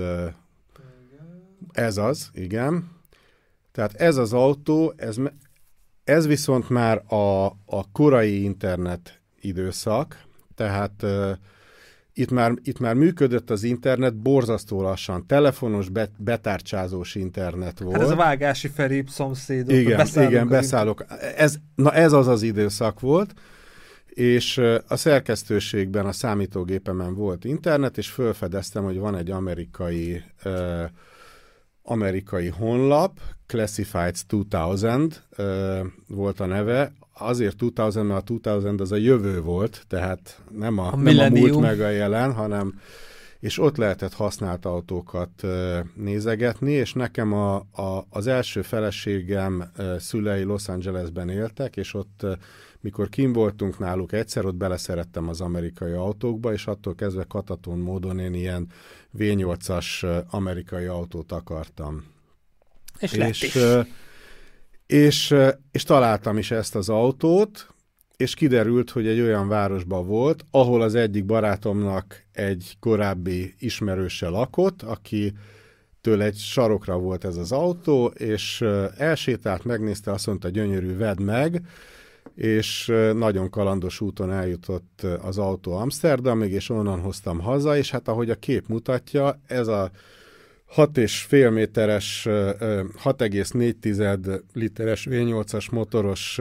ez az, igen. Tehát ez az autó, ez, ez viszont már a, a korai internet időszak, tehát uh, itt már, itt már működött az internet borzasztó lassan, telefonos, bet, betárcsázós internet volt. Hát ez a Vágási Feri szomszédok. Igen, beszállunk igen, beszállok. Ez, na ez az az időszak volt, és a szerkesztőségben, a számítógépemen volt internet, és felfedeztem, hogy van egy amerikai uh, amerikai honlap, Classifieds kétezer uh, volt a neve. Azért kétezer, mert a kétezer az a jövő volt, tehát nem a, a, nem a múlt meg a jelen, hanem és ott lehetett használt autókat uh, nézegetni, és nekem a, a, az első feleségem uh, szülei Los Angelesben éltek, és ott uh, mikor kim voltunk náluk egyszer, ott beleszerettem az amerikai autókba, és attól kezdve kataton módon én ilyen vé nyolcas uh, amerikai autót akartam. És, és, és. Uh, és, uh, és találtam is ezt az autót, és kiderült, hogy egy olyan városban volt, ahol az egyik barátomnak egy korábbi ismerőse lakott, aki tőle egy sarokra volt ez az autó, és uh, elsétált, megnézte, azt mondta, gyönyörű, vedd meg, és nagyon kalandos úton eljutott az autó Amsterdamig, és onnan hoztam haza, és hát ahogy a kép mutatja, ez a hat és fél méteres, hat egész négy literes vé nyolcas motoros,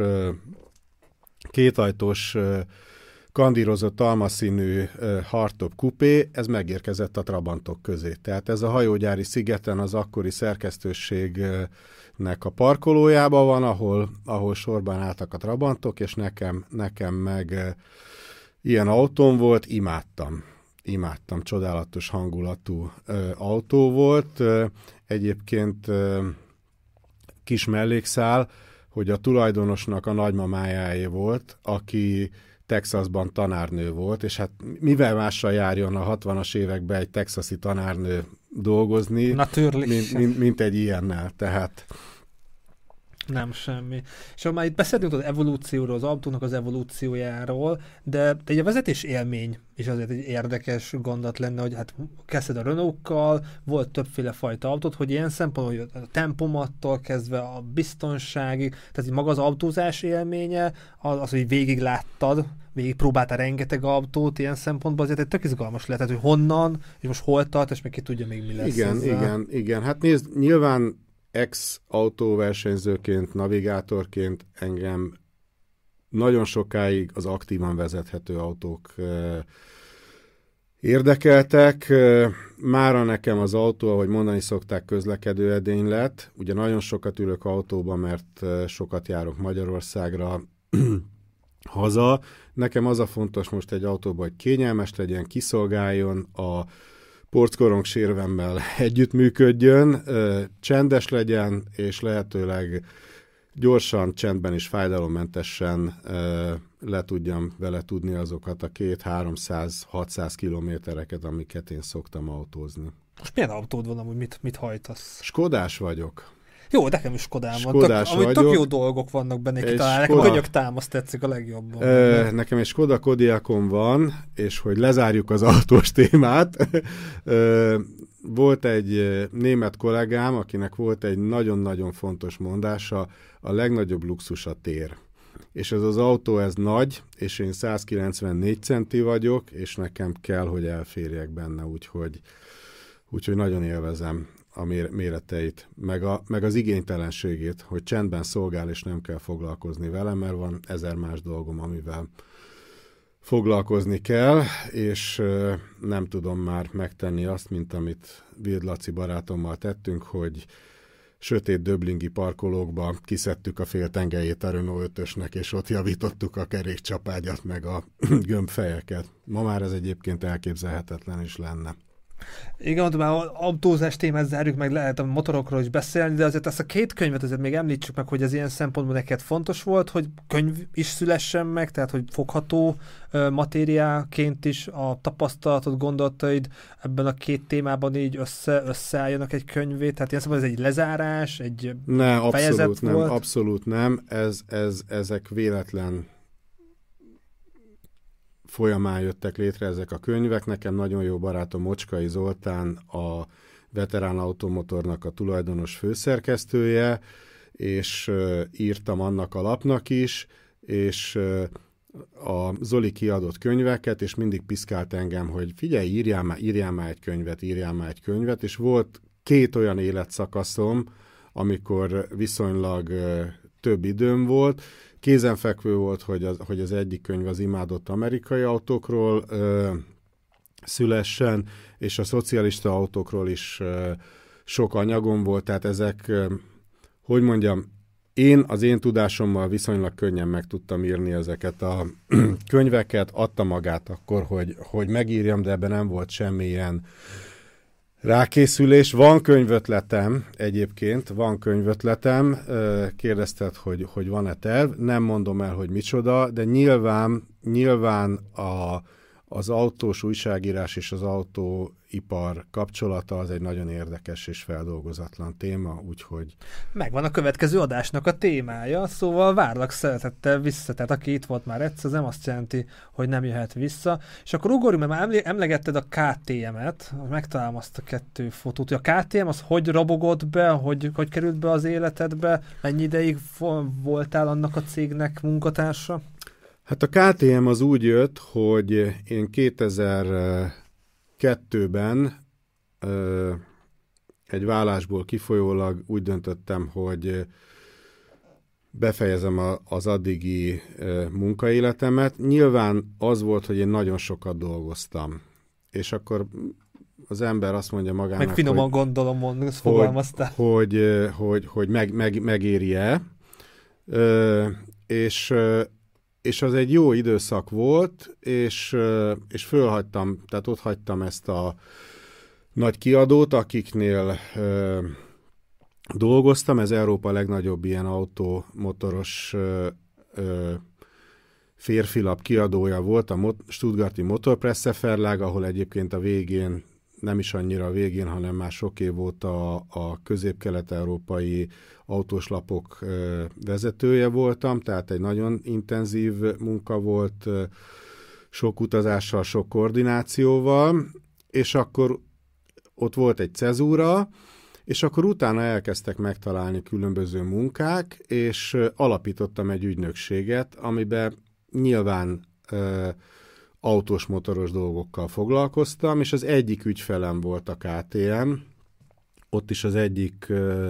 kétajtós, kandírozott almaszínű hardtop kupé, ez megérkezett a Trabantok közé. Tehát ez a hajógyári szigeten az akkori szerkesztőségnek a parkolójában van, ahol, ahol sorban álltak a Trabantok, és nekem, nekem meg ilyen autóm volt, imádtam. Imádtam, csodálatos hangulatú autó volt. Egyébként kis mellékszál, hogy a tulajdonosnak a nagymamájáé volt, aki Texasban tanárnő volt, és hát mivel mással járjon a hatvanas években egy texasi tanárnő dolgozni, mint, mint, mint egy ilyennel, tehát... Nem semmi. És már itt beszéltünk az evolúcióról, az autónak az evolúciójáról, de egy a vezetés élmény is azért egy érdekes gondot lenne, hogy hát kezdted a Renault-kal, volt többféle fajta autót, hogy ilyen szempontból, hogy a tempomattól kezdve a biztonságig, tehát maga az autózás élménye, az, az hogy végig láttad, végig próbáltál rengeteg autót, ilyen szempontból azért egy tök izgalmas lehet, hogy honnan, és most hol tart, és még ki tudja még mi lesz. Igen, ezzel. igen, igen. Hát nézd, nyilván ex-autóversenyzőként, navigátorként engem nagyon sokáig az aktívan vezethető autók eh, érdekeltek. Eh, mára nekem az autó, ahogy mondani szokták, közlekedő edény lett. Ugye nagyon sokat ülök autóba, mert eh, sokat járok Magyarországra haza. Nekem az a fontos most egy autóban, hogy kényelmes legyen, kiszolgáljon, a porckorong sérvemmel együttműködjön, csendes legyen, és lehetőleg gyorsan, csendben és fájdalommentesen le tudjam vele tudni azokat a két-háromszáz-hatszáz kilométereket, amiket én szoktam autózni. Most milyen autód van, amúgy mit, mit hajtasz? Skodás vagyok. Jó, nekem is Skodám van. Skodás amúgy vagyok. tök jó dolgok vannak benne, ki talán. Nekem a könyök támaszt tetszik a legjobban. E, nekem egy Skoda Kodiaqom van, és hogy lezárjuk az autós témát, e, volt egy német kollégám, akinek volt egy nagyon-nagyon fontos mondása, a legnagyobb luxus a tér. És ez az autó, ez nagy, és én száz kilencvennégy centi vagyok, és nekem kell, hogy elférjek benne, úgyhogy, úgyhogy nagyon élvezem a méreteit, meg, a, meg az igénytelenségét, hogy csendben szolgál, és nem kell foglalkozni vele, mert van ezer más dolgom, amivel foglalkozni kell, és nem tudom már megtenni azt, mint amit Vild Laci barátommal tettünk, hogy sötét döblingi parkolókba kiszedtük a féltengelyét a Renault ötösnek, és ott javítottuk a kerékcsapágyat, meg a gömbfejeket. Ma már ez egyébként elképzelhetetlen is lenne. Igen, mondom, már autózás témát zárjuk meg, lehet a motorokról is beszélni, de azért ezt a két könyvet azért még említsük meg, hogy ez ilyen szempontból neked fontos volt, hogy könyv is szülessen meg, tehát hogy fogható uh, matériáként is a tapasztalatod, gondolataid ebben a két témában így össze, összeálljanak egy könyvé, tehát ilyen szempontból ez egy lezárás, egy ne, fejezet abszolút volt? Nem, abszolút nem, ez, ez, ezek véletlen folyamán jöttek létre ezek a könyvek. Nekem nagyon jó barátom Mocskai Zoltán, a Veterán Automotornak a tulajdonos főszerkesztője, és uh, írtam annak a lapnak is, és uh, a Zoli kiadott könyveket, és mindig piszkált engem, hogy figyelj, írjál már, írjál már egy könyvet, írjál már egy könyvet, és volt két olyan életszakaszom, amikor viszonylag uh, több időm volt. Kézenfekvő volt, hogy az, hogy az egyik könyv az imádott amerikai autókról uh, szülessen, és a szocialista autókról is uh, sok anyagom volt, tehát ezek, uh, hogy mondjam, én az én tudásommal viszonylag könnyen meg tudtam írni ezeket a könyveket, adta magát akkor, hogy, hogy megírjam, de ebben nem volt semmilyen rákészülés. Van könyvötletem egyébként, van könyvötletem, kérdezted, hogy, hogy van-e terv, nem mondom el, hogy micsoda, de nyilván, nyilván a, az autós újságírás és az autóipar kapcsolata az egy nagyon érdekes és feldolgozatlan téma, úgyhogy... Megvan a következő adásnak a témája, szóval várlak szeretettel vissza, tehát aki itt volt már egyszer, az nem azt jelenti, hogy nem jöhet vissza. És akkor ugorjunk, mert már emlegetted a ká té em-et, megtalálom azt a kettő fotót, hogy a ká té em az hogy robogott be, hogy, hogy került be az életedbe, mennyi ideig voltál annak a cégnek munkatársa? Hát a ká té em az úgy jött, hogy én kétezer-kettőben ö, egy vállásból kifolyólag úgy döntöttem, hogy befejezem a, az addigi ö, munkaéletemet. Nyilván az volt, hogy én nagyon sokat dolgoztam. És akkor az ember azt mondja magának, meg finoman hogy, gondolom, mondom, ezt fogalmaztál. Hogy, hogy, hogy, hogy meg, meg, megéri-e. Ö, és És az egy jó időszak volt, és, és fölhagytam, tehát ott hagytam ezt a nagy kiadót, akiknél ö, dolgoztam. Ez Európa legnagyobb ilyen automotoros ö, ö, férfilap kiadója volt, a mot- Stuttgarti Motorpresse Verlag, ahol egyébként a végén, nem is annyira a végén, hanem már sok év óta a, a közép-kelet-európai autós lapok ö, vezetője voltam, tehát egy nagyon intenzív munka volt, ö, sok utazással, sok koordinációval, és akkor ott volt egy cezúra, és akkor utána elkezdtek megtalálni különböző munkák, és ö, alapítottam egy ügynökséget, amiben nyilván ö, autós, motoros dolgokkal foglalkoztam, és az egyik ügyfelem volt a ká té em. Ott is az egyik ö,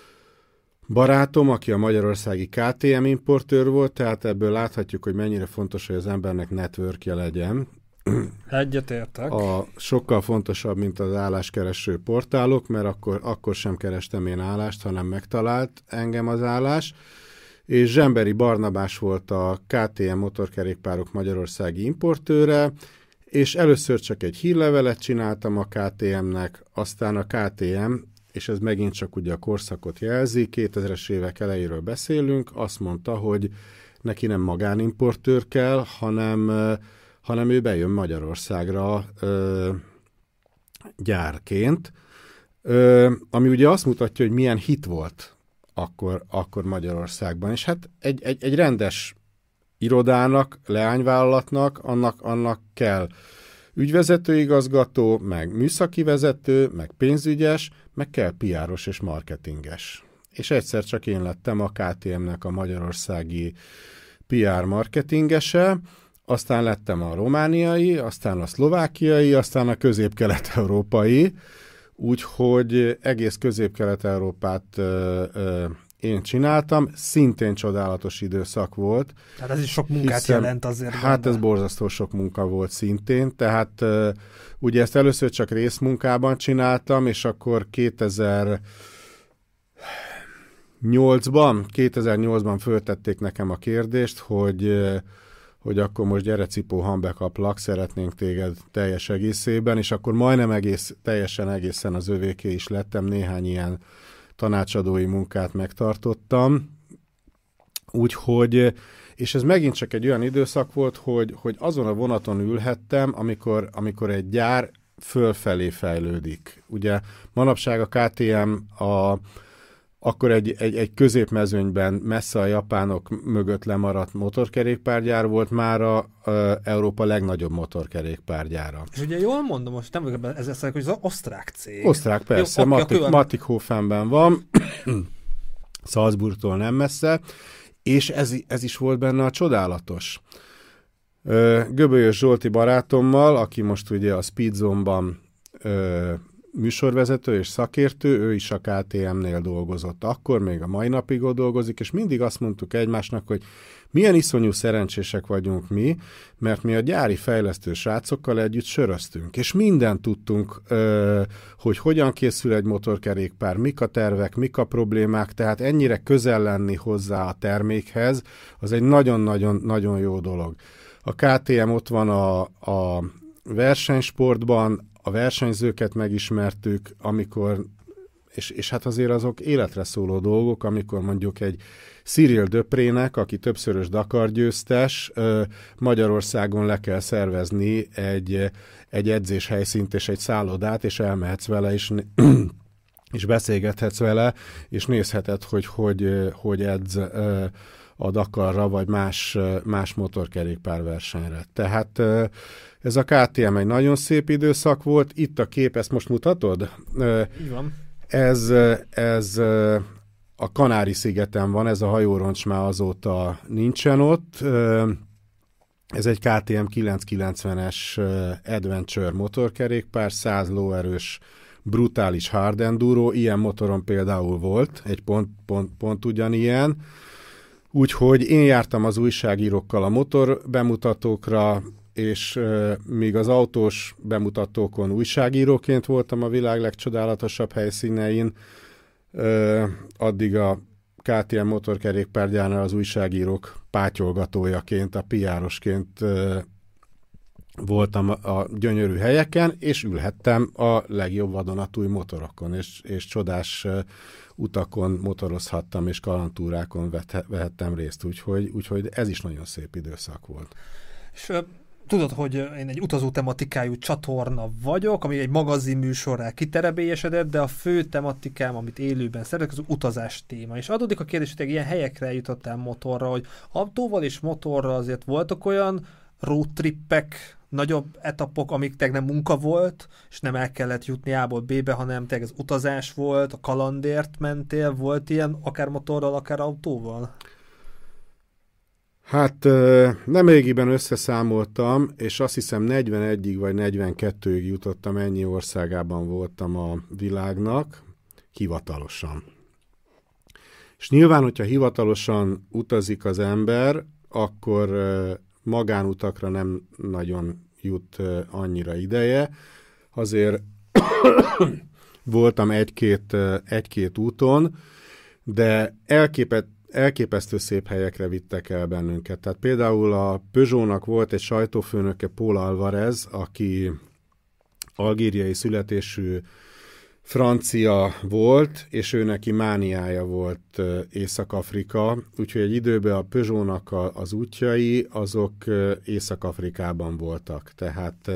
barátom, aki a magyarországi ká té em importőr volt, tehát ebből láthatjuk, hogy mennyire fontos, hogy az embernek networkje legyen. Egyetértek. A, sokkal fontosabb, mint az álláskereső portálok, mert akkor, akkor sem kerestem én állást, hanem megtalált engem az állás. És Zsemberi Barnabás volt a ká té em motorkerékpárok magyarországi importőre, és először csak egy hírlevelet csináltam a ká té em-nek, aztán a ká té em, és ez megint csak ugye a korszakot jelzi, kétezres évek elejéről beszélünk, azt mondta, hogy neki nem magánimportőr kell, hanem, hanem ő bejön Magyarországra ö, gyárként, ö, ami ugye azt mutatja, hogy milyen hit volt Akkor, akkor Magyarországban. És hát egy, egy, egy rendes irodának, leányvállalatnak, annak, annak kell ügyvezetőigazgató, meg műszaki vezető, meg pénzügyes, meg kell pé er-os és marketinges. És egyszer csak én lettem a ká té em-nek a magyarországi pé er marketingese, aztán lettem a romániai, aztán a szlovákiai, aztán a közép-kelet-európai, úgyhogy egész közép-kelet-európát ö, ö, én csináltam, szintén csodálatos időszak volt. Hát ez is sok munkát hiszen, jelent azért. Hát gondol. Ez borzasztó sok munka volt szintén, tehát ö, ugye ezt először csak részmunkában csináltam, és akkor kétezer-nyolcban, kétezer-nyolcban föltették nekem a kérdést, hogy hogy akkor most gyere Cipó, Hanbe kaplak, szeretnénk téged teljes egészében, és akkor majdnem egész, teljesen egészen az övéké is lettem, néhány ilyen tanácsadói munkát megtartottam. Úgyhogy, és ez megint csak egy olyan időszak volt, hogy, hogy azon a vonaton ülhettem, amikor, amikor egy gyár fölfelé fejlődik. Ugye manapság a ká té em a akkor egy, egy, egy középmezőnyben messze a japánok mögött lemaradt motorkerékpárgyár volt, már a, a Európa legnagyobb motorkerékpárgyára. És ugye jól mondom, most nem vagyok ezzel szóval, hogy az osztrák cég. Osztrák, persze, Jó, Matik, okay, Matikhofenben van, Salzburgtól nem messze, és ez, ez is volt benne a csodálatos, Göbölyös Zsolti barátommal, aki most ugye a Speedzone-ban műsorvezető és szakértő, ő is a ká té em-nél dolgozott akkor, még a mai napig ott dolgozik, és mindig azt mondtuk egymásnak, hogy milyen iszonyú szerencsések vagyunk mi, mert mi a gyári fejlesztő srácokkal együtt söröztünk, és mindent tudtunk, hogy hogyan készül egy motorkerékpár, mik a tervek, mik a problémák, tehát ennyire közel lenni hozzá a termékhez, az egy nagyon-nagyon-nagyon jó dolog. A ká té em ott van a, a versenysportban, a versenyzőket megismertük, amikor, és, és hát azért azok életre szóló dolgok, amikor mondjuk egy Cyril Döprének, aki többszörös Dakar győztes, Magyarországon le kell szervezni egy, egy edzéshelyszínt és egy szállodát, és elmehetsz vele, és, és beszélgethetsz vele, és nézheted, hogy hogy, hogy edz a Dakarra, vagy más, más motorkerékpárversenyre. Tehát ez a ká té em egy nagyon szép időszak volt. Itt a kép, ezt most mutatod? Így van. Ez, ez a Kanári-szigeten van, ez a hajóroncs már azóta nincsen ott. Ez egy ká té em kilencszázkilencvenes Adventure motorkerékpár, száz lóerős, brutális hard enduro. Ilyen motoron például volt, egy pont, pont, pont ugyanilyen. Úgyhogy én jártam az újságírókkal a motor bemutatókra, és uh, míg az autós bemutatókon újságíróként voltam a világ legcsodálatosabb helyszínein, uh, addig a ká té em motorkerékpárgyárnál az újságírók pátyolgatójaként, a pé er-osként uh, voltam a, a gyönyörű helyeken, és ülhettem a legjobb vadonatúj motorokon, és, és csodás uh, utakon motorozhattam, és kalandtúrákon vehettem részt, úgyhogy, úgyhogy ez is nagyon szép időszak volt. És uh, tudod, hogy én egy utazó tematikájú csatorna vagyok, ami egy magazinműsorrá kiterebélyesedett, de a fő tematikám, amit élőben szeretek, az utazás téma. És adódik a kérdés, hogy ilyen helyekre jutottál motorra, hogy autóval és motorra azért voltak olyan roadtrippek, nagyobb etapok, amik tényleg nem munka volt, és nem el kellett jutni A-ból B-be, hanem tényleg az utazás volt, a kalandért mentél, volt ilyen akár motorral, akár autóval? Hát nemrégiben összeszámoltam, és azt hiszem negyvenegyig vagy negyvenkettőig jutottam, ennyi országában voltam a világnak, hivatalosan. És nyilván, hogyha hivatalosan utazik az ember, akkor magánutakra nem nagyon jut annyira ideje. Azért voltam egy-két, egy-két úton, de elképet, elképesztő szép helyekre vittek el bennünket. Tehát például a Peugeotnak volt egy sajtófőnöke, Paul Alvarez, aki algériai születésű francia volt, és ő neki mániája volt Észak-Afrika, úgyhogy egy időben a Peugeotnak a, az útjai, azok Észak-Afrikában voltak. Tehát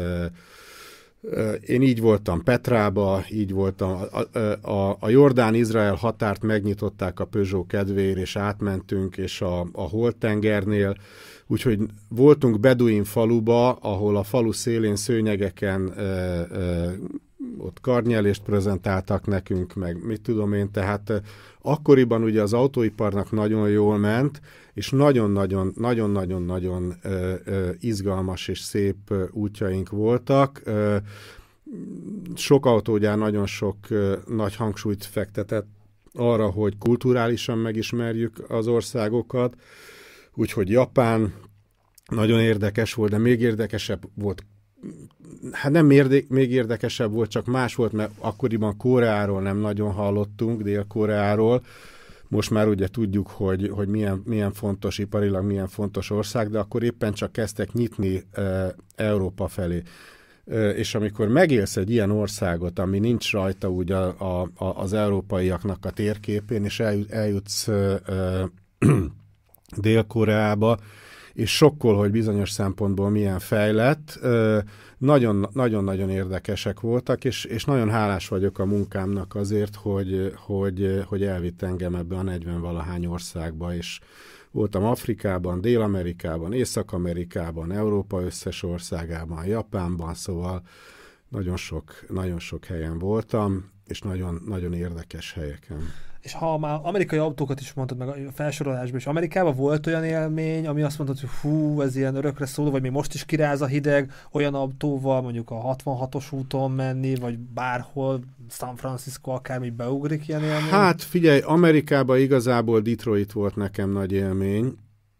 én így voltam Petrába, így voltam, a, a, a Jordán-Izrael határt megnyitották a Peugeot kedvéért, és átmentünk, és a, a Holt-tengernél, úgyhogy voltunk beduin faluba, ahol a falu szélén szőnyegeken e, e, ott karnyelést prezentáltak nekünk, meg mit tudom én, tehát akkoriban ugye az autóiparnak nagyon jól ment, és nagyon-nagyon-nagyon-nagyon-nagyon izgalmas és szép útjaink voltak. Sok autógyár nagyon sok ö, nagy hangsúlyt fektetett arra, hogy kulturálisan megismerjük az országokat, úgyhogy Japán nagyon érdekes volt, de még érdekesebb volt, hát nem érde, még érdekesebb volt, csak más volt, mert akkoriban Koreáról nem nagyon hallottunk, Dél-Koreáról. Most már ugye tudjuk, hogy, hogy milyen, milyen fontos iparilag, milyen fontos ország, de akkor éppen csak kezdtek nyitni e, Európa felé. E, és amikor megélsz egy ilyen országot, ami nincs rajta úgy a, a, a, az európaiaknak a térképén, és eljut, eljutsz e, e, Dél-Koreába, és sokkol, hogy bizonyos szempontból milyen fejlett, nagyon-nagyon érdekesek voltak, és, és nagyon hálás vagyok a munkámnak azért, hogy, hogy, hogy elvitt engem ebbe a negyven-valahány országba, és voltam Afrikában, Dél-Amerikában, Észak-Amerikában, Európa összes országában, Japánban, szóval nagyon sok, nagyon sok helyen voltam, és nagyon, nagyon érdekes helyeken. És ha már amerikai autókat is mondtad meg a felsorolásban, és Amerikában volt olyan élmény, ami azt mondtad, hogy hú, ez ilyen örökre szóló, vagy még most is kiráz a hideg, olyan autóval mondjuk a hatvanhatos úton menni, vagy bárhol, San Francisco akármi beugrik ilyen élmény? Hát figyelj, Amerikában igazából Detroit volt nekem nagy élmény.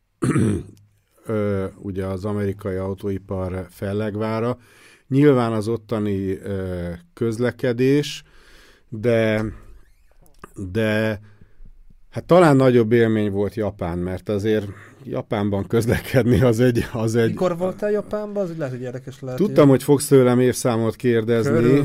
Ö, ugye az amerikai autóipar fellegvára. Nyilván az ottani ö, közlekedés, de de hát talán nagyobb élmény volt Japán, mert azért Japánban közlekedni az egy... Az egy... Mikor voltál Japánban? Az lehet, hogy érdekes lehet. Tudtam, hogy fogsz tőlem évszámot kérdezni.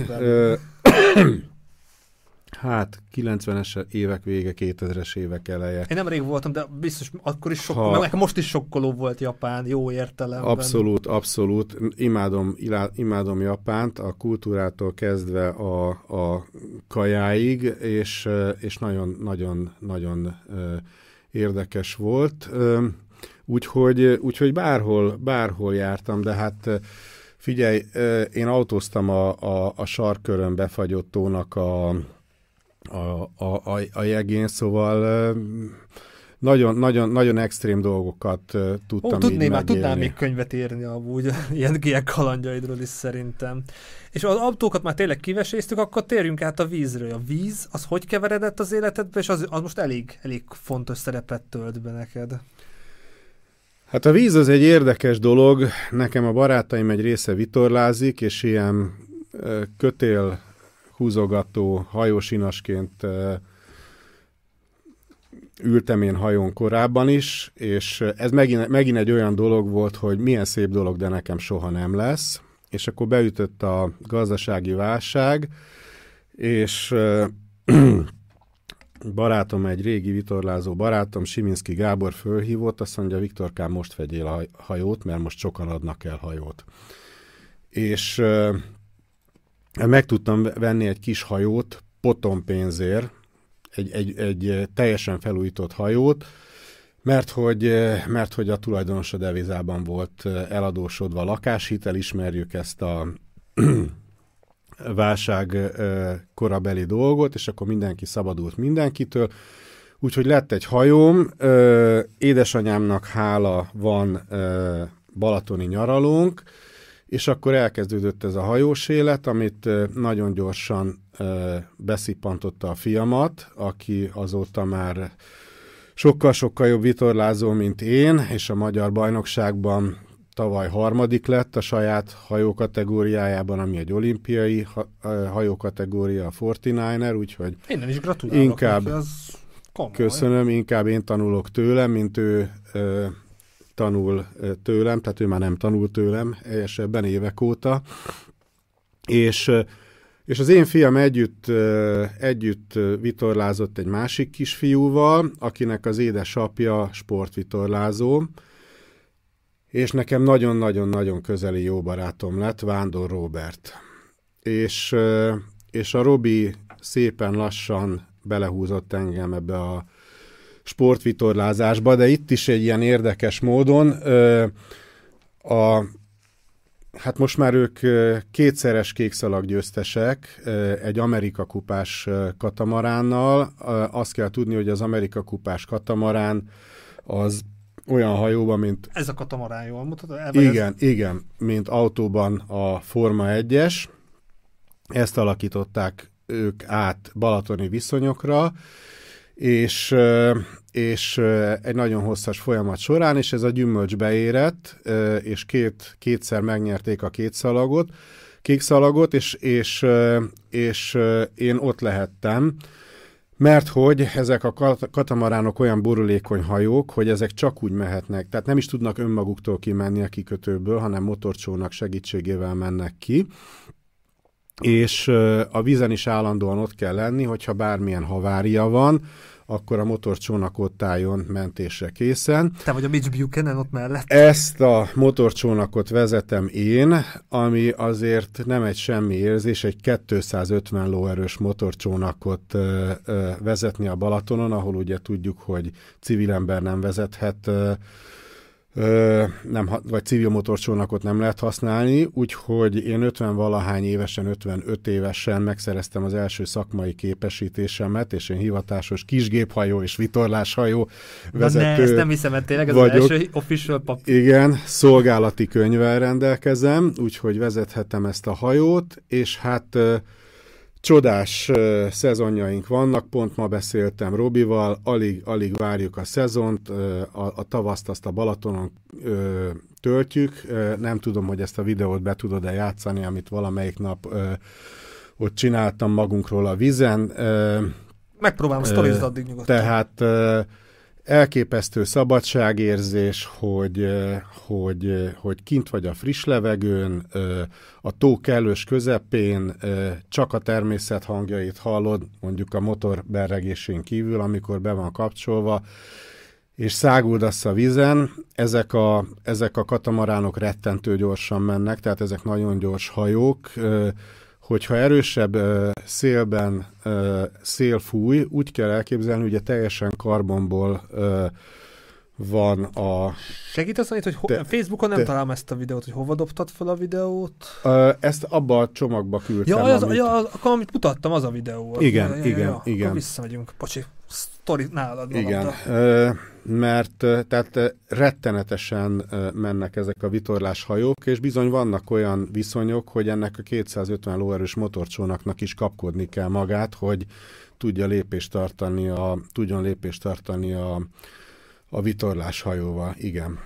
Hát kilencvenes évek vége, kétezres évek eleje. Én nem rég voltam, de biztos akkor is sokkoló, ha... nekem most is sokkoló volt Japán, jó értelemben. Abszolút, abszolút. Imádom, imádom Japánt, a kultúrától kezdve a, a kajáig, és, és nagyon, nagyon, nagyon érdekes volt. Úgyhogy, úgyhogy bárhol, bárhol jártam, de hát figyelj, én autóztam a, a, a sarkkörön befagyott tónak a A, a, a, a jegén, szóval nagyon, nagyon, nagyon extrém dolgokat tudtam Ó, tudném, így már tudnám még könyvet írni amúgy, ilyen, ilyen kalandjaidról is szerintem. És az autókat már tényleg kiveséztük, akkor térjünk át a vízről. A víz, az hogy keveredett az életedbe, és az, az most elég, elég fontos szerepet tölt be neked? Hát a víz az egy érdekes dolog. Nekem a barátaim egy része vitorlázik, és ilyen kötél húzogató hajósinasként uh, ültem én hajón korábban is, és ez megint, megint egy olyan dolog volt, hogy milyen szép dolog, de nekem soha nem lesz. És akkor beütött a gazdasági válság, és uh, barátom, egy régi vitorlázó barátom, Siminszky Gábor fölhívott, azt mondja, Viktorkám, most vegyél a hajót, mert most sokan adnak el hajót. És uh, meg tudtam venni egy kis hajót, potom pénzért, egy, egy, egy teljesen felújított hajót, mert hogy, mert hogy a tulajdonos a devizában volt eladósodva. A lakáshitel, ismerjük ezt a válság korabeli dolgot, és akkor mindenki szabadult mindenkitől. Úgyhogy lett egy hajóm, édesanyámnak hála van balatoni nyaralónk, és akkor elkezdődött ez a hajós élet, amit nagyon gyorsan beszippantotta a fiamat, aki azóta már sokkal-sokkal jobb vitorlázó, mint én, és a magyar bajnokságban tavaly harmadik lett a saját hajókategóriájában, ami egy olimpiai hajókategória, a negyvenkilencer, úgyhogy innen is gratulálok inkább, neki, az komoly. Köszönöm, inkább én tanulok tőlem, mint ő tanul tőlem, tehát ő már nem tanul tőlem, helyesebben évek óta. És, és az én fiam együtt, együtt vitorlázott egy másik kisfiúval, akinek az édesapja sportvitorlázó, és nekem nagyon-nagyon-nagyon közeli jó barátom lett, Vándor Róbert. És, és a Robi szépen lassan belehúzott engem ebbe a sportvitorlázásba, de itt is egy ilyen érdekes módon a, hát most már ők kétszeres kékszalag győztesek egy Amerika kupás katamaránnal. Azt kell tudni, hogy az Amerika kupás katamarán az olyan hajóban, mint... Ez a katamarán jól mutatod? Igen, ez... igen, mint autóban a Forma egyes. Ezt alakították ők át balatoni viszonyokra, és, és egy nagyon hosszas folyamat során, és ez a gyümölcsbe érett, és két, kétszer megnyerték a kétszalagot, kékszalagot, és, és, és én ott lehettem, mert hogy ezek a katamaránok olyan borulékony hajók, hogy ezek csak úgy mehetnek, tehát nem is tudnak önmaguktól kimenni a kikötőből, hanem motorcsónak segítségével mennek ki, és a vízen is állandóan ott kell lenni, hogyha bármilyen havária van, akkor a motorcsónak ott álljon mentésre készen. Te vagy a Mitch Buchanan ott mellett. Ezt a motorcsónakot vezetem én, ami azért nem egy semmi érzés, egy kétszázötven lóerős motorcsónakot ö, ö, vezetni a Balatonon, ahol ugye tudjuk, hogy civil ember nem vezethet ö, Ö, nem, vagy civil motorcsónakot nem lehet használni, úgyhogy én ötven-valahány évesen, ötvenöt évesen megszereztem az első szakmai képesítésemet, és én hivatásos kisgéphajó és vitorláshajó vezető Na ne, ezt nem hiszem, mert tényleg ez vagyok. az első official papír. Igen, szolgálati könyvvel rendelkezem, úgyhogy vezethetem ezt a hajót, és hát csodás uh, szezonjaink vannak, pont ma beszéltem Robival, alig, alig várjuk a szezont, uh, a, a tavaszt azt a Balatonon uh, töltjük, uh, nem tudom, hogy ezt a videót be tudod-e játszani, amit valamelyik nap uh, ott csináltam magunkról a vízen. Uh, Megpróbálom, uh, sztorizd addig nyugodtan. Tehát uh, elképesztő szabadságérzés, hogy, hogy, hogy kint vagy a friss levegőn, a tó kellős közepén, csak a természet hangjait hallod, mondjuk a motor berregésén kívül, amikor be van kapcsolva, és száguldasz a vízen. Ezek a, ezek a katamaránok rettentő gyorsan mennek, tehát ezek nagyon gyors hajók. Hogyha erősebb uh, szélben uh, szél fúj, úgy kell elképzelni, ugye teljesen karbonból uh, van a... Segítesz annyit, hogy ho- te, Facebookon nem te, találom ezt a videót, hogy hova dobtad fel a videót? Uh, ezt abba a csomagba küldtem. Ja, az, amit... ja, akkor amit mutattam, az a videó. Az, igen, ja, ja, igen, ja, igen. Akkor visszamegyünk. Bocsi, sztori nálad. Igen, uh, mert uh, tehát uh, rettenetesen uh, mennek ezek a vitorláshajók, és bizony vannak olyan viszonyok, hogy ennek a kétszázötven lóerős motorcsónaknak is kapkodni kell magát, hogy tudja lépést tartani a, tudjon lépést tartani a, a vitorláshajóval. Igen.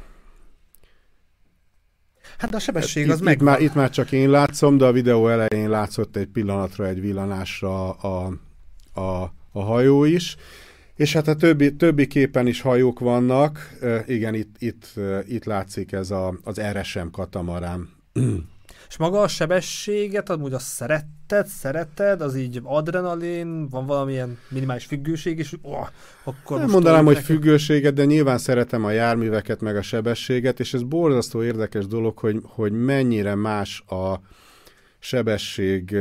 Hát de a sebesség itt, az meg. Itt már, itt már csak én látszom, de a videó elején látszott egy pillanatra, egy villanásra a, a, a hajó is. És hát a többi, többi képen is hajók vannak. Uh, igen, itt, itt, uh, itt látszik ez a, az er es em katamarán. És maga a sebességet, amúgy azt szeretted, szereted, az így adrenalin, van valamilyen minimális függőség is, oh, akkor nem mondanám, hogy függőséget, de nyilván szeretem a járműveket, meg a sebességet, és ez borzasztó érdekes dolog, hogy, hogy mennyire más a sebesség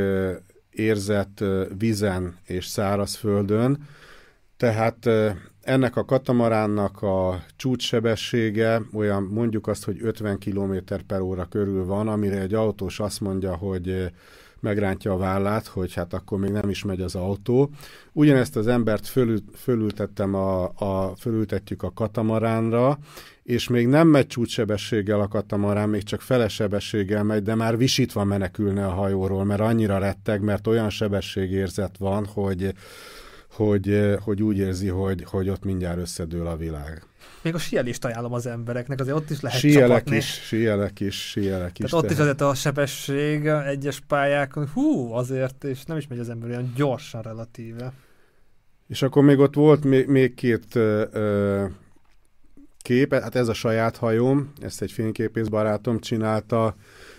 érzet vízen és szárazföldön. Tehát ennek a katamaránnak a csúcssebessége olyan, mondjuk azt, hogy ötven kilométer per óra körül van, amire egy autós azt mondja, hogy megrántja a vállát, hogy hát akkor még nem is megy az autó. Ugyanezt az embert fölül, fölültettem a, a, fölültetjük a katamaránra, és még nem megy csúcssebességgel a katamarán, még csak fele sebességgel megy, de már visítva menekülne a hajóról, mert annyira retteg, mert olyan sebességérzet van, hogy Hogy, hogy úgy érzi, hogy, hogy ott mindjárt összedől a világ. Még a síelést ajánlom az embereknek, azért ott is lehet síelek csapatni. Is, síelek is, síelek is. Tehát ott is azért a sebesség egyes pályákon, hú, azért, és nem is megy az ember olyan gyorsan relatíve. És akkor még ott volt még, még két ö, kép, hát ez a saját hajóm, ezt egy fényképész barátom csinálta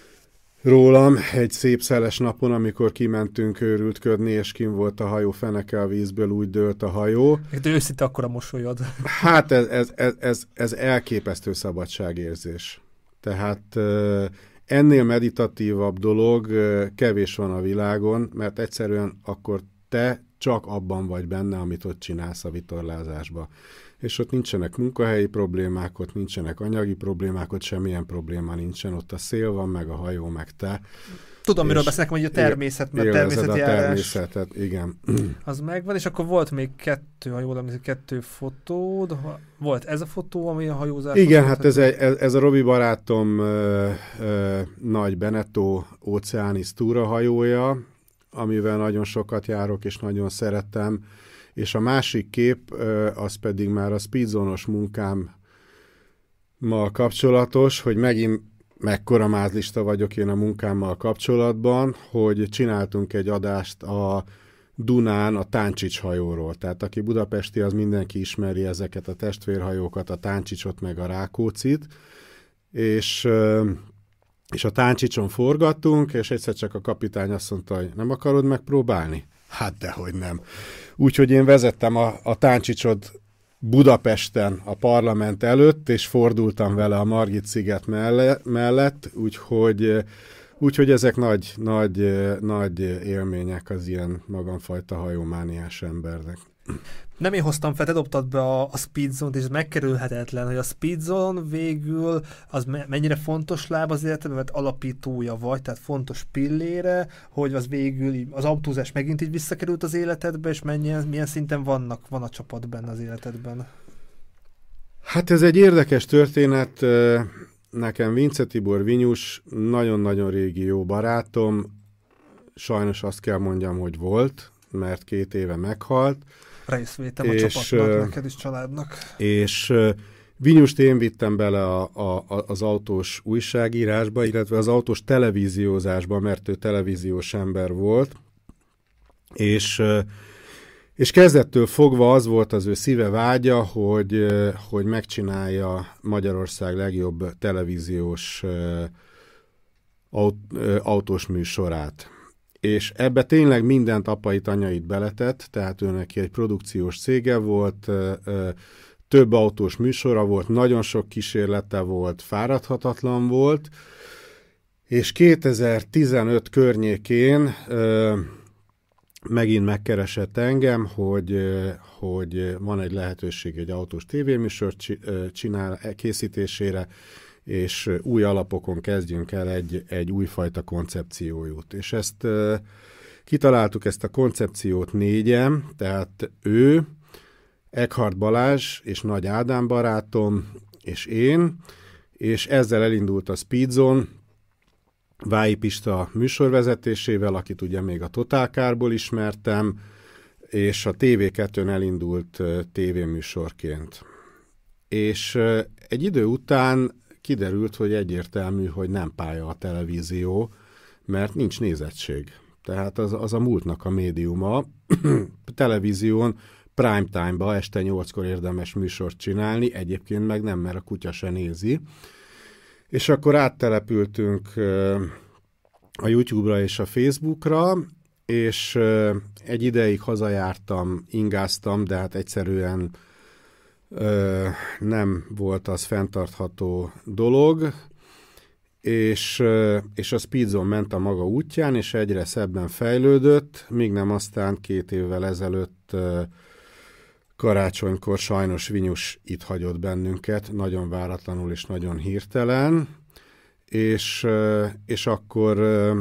rólam egy szép szeles napon, amikor kimentünk őrültködni, és kim volt a hajó feneke a vízből, úgy dőlt a hajó. De őszinte akkora mosolyod. Hát ez, ez, ez, ez, ez elképesztő szabadságérzés. Tehát ennél meditatívabb dolog kevés van a világon, mert egyszerűen akkor te csak abban vagy benne, amit ott csinálsz a vitorlázásba. És ott nincsenek munkahelyi problémák, ott nincsenek anyagi problémák, ott semmilyen probléma nincsen, ott a szél van, meg a hajó, meg te. Tudom, miről beszélek, hogy a természet, mert természeti a természetet, igen. Az megvan, és akkor volt még kettő, ha jól emlékszem, kettő fotód. Volt ez a fotó, ami a hajózás. Igen, hát ez, ez, ez a Robi barátom ö, ö, nagy Beneteau Oceanis túra hajója, amivel nagyon sokat járok, és nagyon szeretem. És a másik kép, az pedig már a speedzónos munkámmal kapcsolatos, hogy megint mekkora mázlista vagyok én a munkámmal kapcsolatban, hogy csináltunk egy adást a Dunán a Táncsics hajóról. Tehát aki budapesti, az mindenki ismeri ezeket a testvérhajókat, a Táncsicsot meg a Rákóczit, és, és a Táncsicson forgattunk, és egyszer csak a kapitány azt mondta, hogy nem akarod megpróbálni? Hát dehogy nem. Úgyhogy én vezettem a, a Táncsicsot Budapesten a parlament előtt, és fordultam vele a Margit-sziget melle, mellett, úgyhogy Úgyhogy ezek nagy, nagy, nagy élmények az ilyen magamfajta hajómániás embernek. Nem én hoztam fel, te dobtad be a, a Speedzone-t, és ez megkerülhetetlen, hogy a Speedzone végül az mennyire fontos láb az életedben, mert alapítója vagy, tehát fontos pillére, hogy az végül az autózás megint így visszakerült az életedbe, és mennyien, milyen szinten vannak, van a csapat benne az életedben? Hát ez egy érdekes történet. Nekem Vince Tibor Vinyus nagyon-nagyon régi jó barátom. Sajnos azt kell mondjam, hogy volt, mert két éve meghalt. Részvétem a csapatnak, neked is családnak. És Vinyust én vittem bele a, a, az autós újságírásba, illetve az autós televíziózásba, mert ő televíziós ember volt. És, és kezdettől fogva az volt az ő szíve vágya, hogy, hogy megcsinálja Magyarország legjobb televíziós autós műsorát. És ebbe tényleg mindent apait, anyait beletett, tehát ő neki egy produkciós cége volt, több autós műsora volt, nagyon sok kísérlete volt, fáradhatatlan volt, és kétezer-tizenöt környékén megint megkeresett engem, hogy, hogy van egy lehetőség egy autós tévéműsor csinál, készítésére, és új alapokon kezdjünk el egy, egy újfajta koncepciójút. És ezt uh, kitaláltuk, ezt a koncepciót négyen, tehát ő, Eckhard Balázs és Nagy Ádám barátom, és én, és ezzel elindult a Speedzone, Vályi Pista műsorvezetésével, akit ugye még a Total Carból ismertem, és a té vé kettőn elindult uh, tévéműsorként. És uh, egy idő után kiderült, hogy egyértelmű, hogy nem pálya a televízió, mert nincs nézettség. Tehát az, az a múltnak a médiuma. Televízión prime time-ba este nyolckor érdemes műsort csinálni, egyébként meg nem, mert a kutya se nézi. És akkor áttelepültünk a YouTube-ra és a Facebookra, és egy ideig hazajártam, ingáztam, de hát egyszerűen Ö, nem volt az fenntartható dolog, és, ö, és a Speedzone ment a maga útján, és egyre szebben fejlődött, míg nem aztán két évvel ezelőtt ö, karácsonykor sajnos Vinyus itt hagyott bennünket, nagyon váratlanul és nagyon hirtelen, és, ö, és akkor, ö,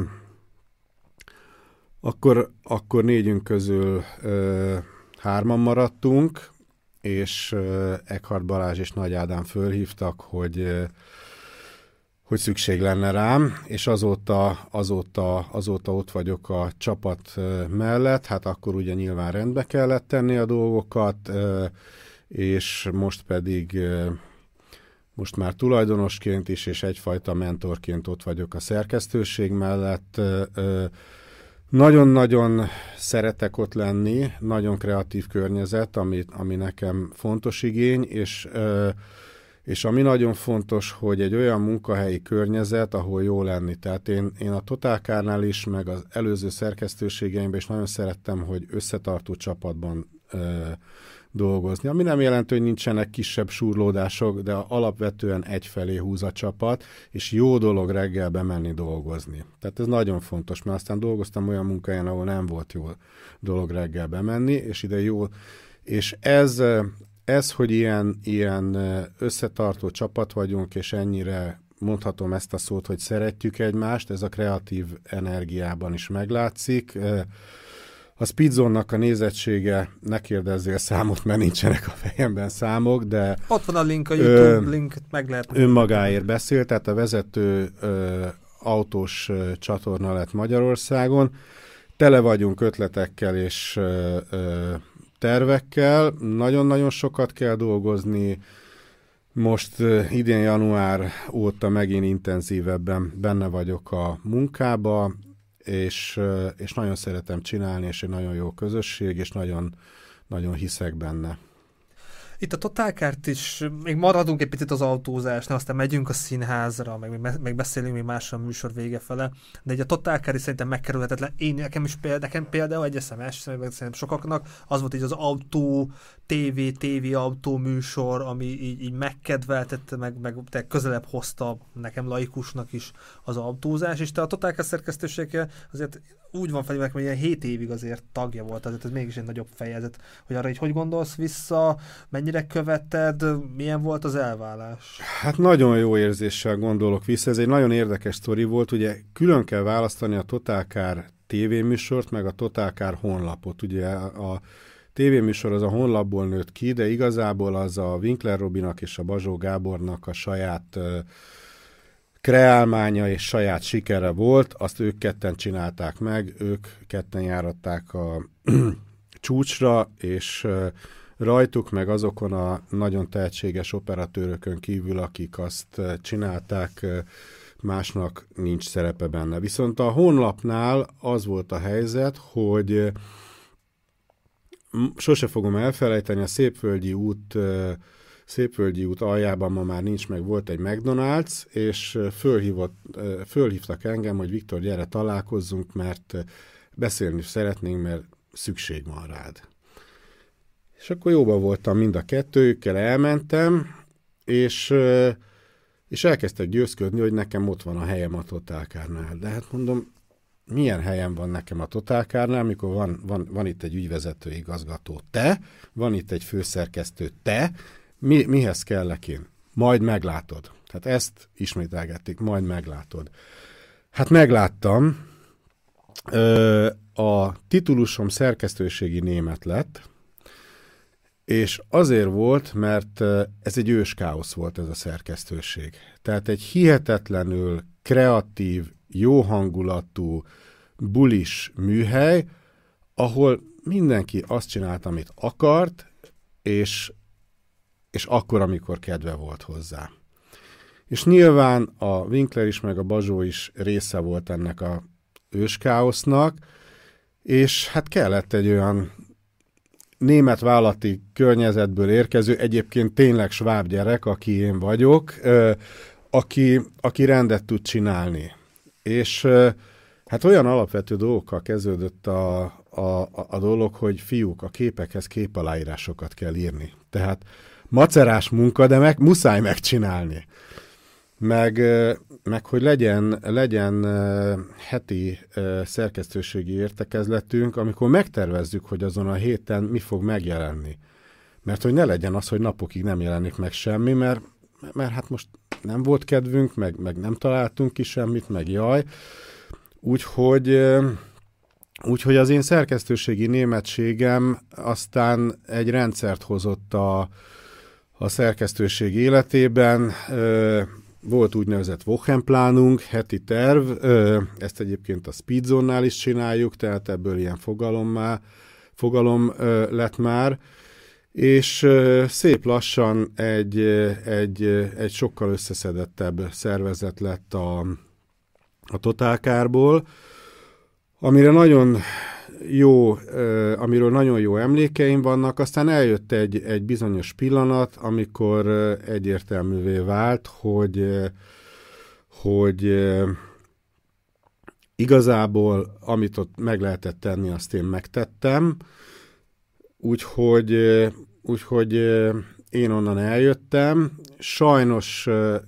akkor, akkor négyünk közül ö, hárman maradtunk, és uh, Eckhard Balázs és Nagy Ádám fölhívtak, hogy, uh, hogy szükség lenne rám, és azóta, azóta, azóta ott vagyok a csapat uh, mellett, hát akkor ugye nyilván rendbe kellett tenni a dolgokat, uh, és most pedig uh, most már tulajdonosként is, és egyfajta mentorként ott vagyok a szerkesztőség mellett. Uh, uh, Nagyon-nagyon szeretek ott lenni, nagyon kreatív környezet, ami, ami nekem fontos igény, és, és ami nagyon fontos, hogy egy olyan munkahelyi környezet, ahol jó lenni. Tehát én, én a Total Carnál is, meg az előző szerkesztőségeimben is nagyon szerettem, hogy összetartó csapatban dolgozni. Ami nem jelenti, hogy nincsenek kisebb súrlódások, de alapvetően egyfelé húz a csapat, és jó dolog reggel bemenni dolgozni. Tehát ez nagyon fontos, mert aztán dolgoztam olyan munkáján, ahol nem volt jó dolog reggel bemenni, és ide jó. És ez, ez hogy ilyen, ilyen összetartó csapat vagyunk, és ennyire mondhatom ezt a szót, hogy szeretjük egymást, ez a kreatív energiában is meglátszik. A Speedzone-nak a nézettsége, ne kérdezzél számot, mert nincsenek a fejemben számok, de... Ott van a link, a YouTube ö, link, meg lehet... Önmagáért beszél, tehát a vezető ö, autós ö, csatorna lett Magyarországon. Tele vagyunk ötletekkel és ö, ö, tervekkel, nagyon-nagyon sokat kell dolgozni. Most ö, idén január óta megint intenzívebben benne vagyok a munkába, És, és nagyon szeretem csinálni, és egy nagyon jó közösség, és nagyon, nagyon hiszek benne. Itt a Totálkárt is, még maradunk egy picit az autózásnál, aztán megyünk a színházra, meg, meg beszélünk még másra a műsor vége fele, de egy a Totálkár is szerintem megkerülhetetlen. Én nekem is például, nekem például egy eszem-es, szerintem sokaknak, az volt így az autó, tévé, tévé autó műsor, ami így, így megkedveltette, meg, meg te közelebb hozta nekem laikusnak is az autózás, és te a Totálkár szerkesztőséggel azért úgy van felé, hogy ilyen hét évig azért tagja volt, azért ez mégis egy nagyobb fejezet, hogy arra így hogy gondolsz vissza, mennyire követted, milyen volt az elválás? Hát nagyon jó érzéssel gondolok vissza, ez egy nagyon érdekes sztori volt, ugye külön kell választani a Totálkár tévéműsort, meg a Totálkár honlapot, ugye a tévéműsor az a honlapból nőtt ki, de igazából az a Winkler Robinak és a Bazsó Gábornak a saját uh, kreálmánya és saját sikere volt, azt ők ketten csinálták meg, ők ketten járatták a csúcsra, és uh, rajtuk meg azokon a nagyon tehetséges operatőrökön kívül, akik azt uh, csinálták, uh, másnak nincs szerepe benne. Viszont a honlapnál az volt a helyzet, hogy uh, sose fogom elfelejteni, a Szépvölgyi út, Szépvölgyi út aljában ma már nincs meg, volt egy McDonald's, és fölhívott, fölhívtak engem, hogy Viktor, gyere találkozzunk, mert beszélni szeretnénk, mert szükség van rád. És akkor jóban voltam mind a kettőjükkel, elmentem, és, és elkezdtek győzködni, hogy nekem ott van a helyem a Totálkárnál. De hát mondom, milyen helyen van nekem a Totálkárnál, amikor van, van, van itt egy ügyvezető igazgató, te, van itt egy főszerkesztő, te, mi, mihez kellek én? Majd meglátod. Tehát ezt ismételgették, majd meglátod. Hát megláttam, ö, a titulusom szerkesztőségi német lett, és azért volt, mert ez egy őskáosz volt ez a szerkesztőség. Tehát egy hihetetlenül kreatív, jó hangulatú, bulis műhely, ahol mindenki azt csinált, amit akart, és, és akkor, amikor kedve volt hozzá. És nyilván a Winkler is, meg a Bazsó is része volt ennek a őskáosznak, és hát kellett egy olyan német vállalati környezetből érkező, egyébként tényleg sváb gyerek, aki én vagyok, aki, aki rendet tud csinálni. És hát olyan alapvető dolgokkal kezdődött a, a, a dolog, hogy fiúk, a képekhez képaláírásokat kell írni. Tehát macerás munka, de meg, muszáj megcsinálni. Meg, meg hogy legyen, legyen heti szerkesztőségi értekezletünk, amikor megtervezzük, hogy azon a héten mi fog megjelenni. Mert hogy ne legyen az, hogy napokig nem jelenik meg semmi, mert, mert hát most nem volt kedvünk, meg, meg nem találtunk ki semmit, meg jaj. Úgyhogy, úgyhogy az én szerkesztőségi németségem aztán egy rendszert hozott a, a szerkesztőség életében. Volt úgynevezett Wochenplanung, heti terv, ezt egyébként a Speedzone-nál is csináljuk, tehát ebből ilyen fogalommá, fogalom lett már, és szép lassan egy, egy, egy sokkal összeszedettebb szervezet lett a, a Totálkárból, amire nagyon jó, amiről nagyon jó emlékeim vannak, aztán eljött egy, egy bizonyos pillanat, amikor egyértelművé vált, hogy, hogy igazából amit ott meg lehetett tenni, azt én megtettem, úgyhogy, úgyhogy én onnan eljöttem. Sajnos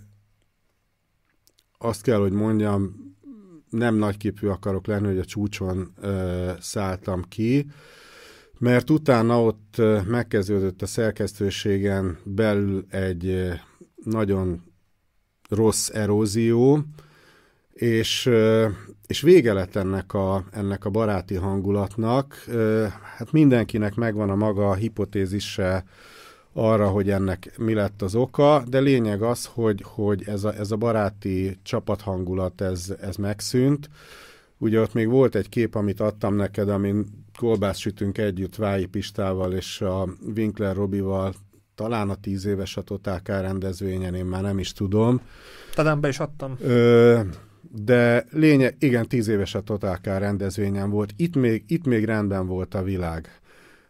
azt kell, hogy mondjam, nem nagyképű akarok lenni, hogy a csúcson ö, szálltam ki, mert utána ott ö, megkezdődött a szerkesztőségen belül egy ö, nagyon rossz erózió, és, ö, és vége lett ennek a, ennek a baráti hangulatnak. Ö, hát mindenkinek megvan a maga hipotézise arra, hogy ennek mi lett az oka, de lényeg az, hogy, hogy ez, a, ez a baráti csapathangulat, ez, ez megszűnt. Ugye ott még volt egy kép, amit adtam neked, amin kolbászt sütünk együtt Vályi Pistával és a Winkler Robival, talán a tíz éves a Totálkár rendezvényen, én már nem is tudom. Talán be is adtam. Ö, de lényeg, igen, tíz éves a Totálkár rendezvényen volt. Itt még, itt még rendben volt a világ.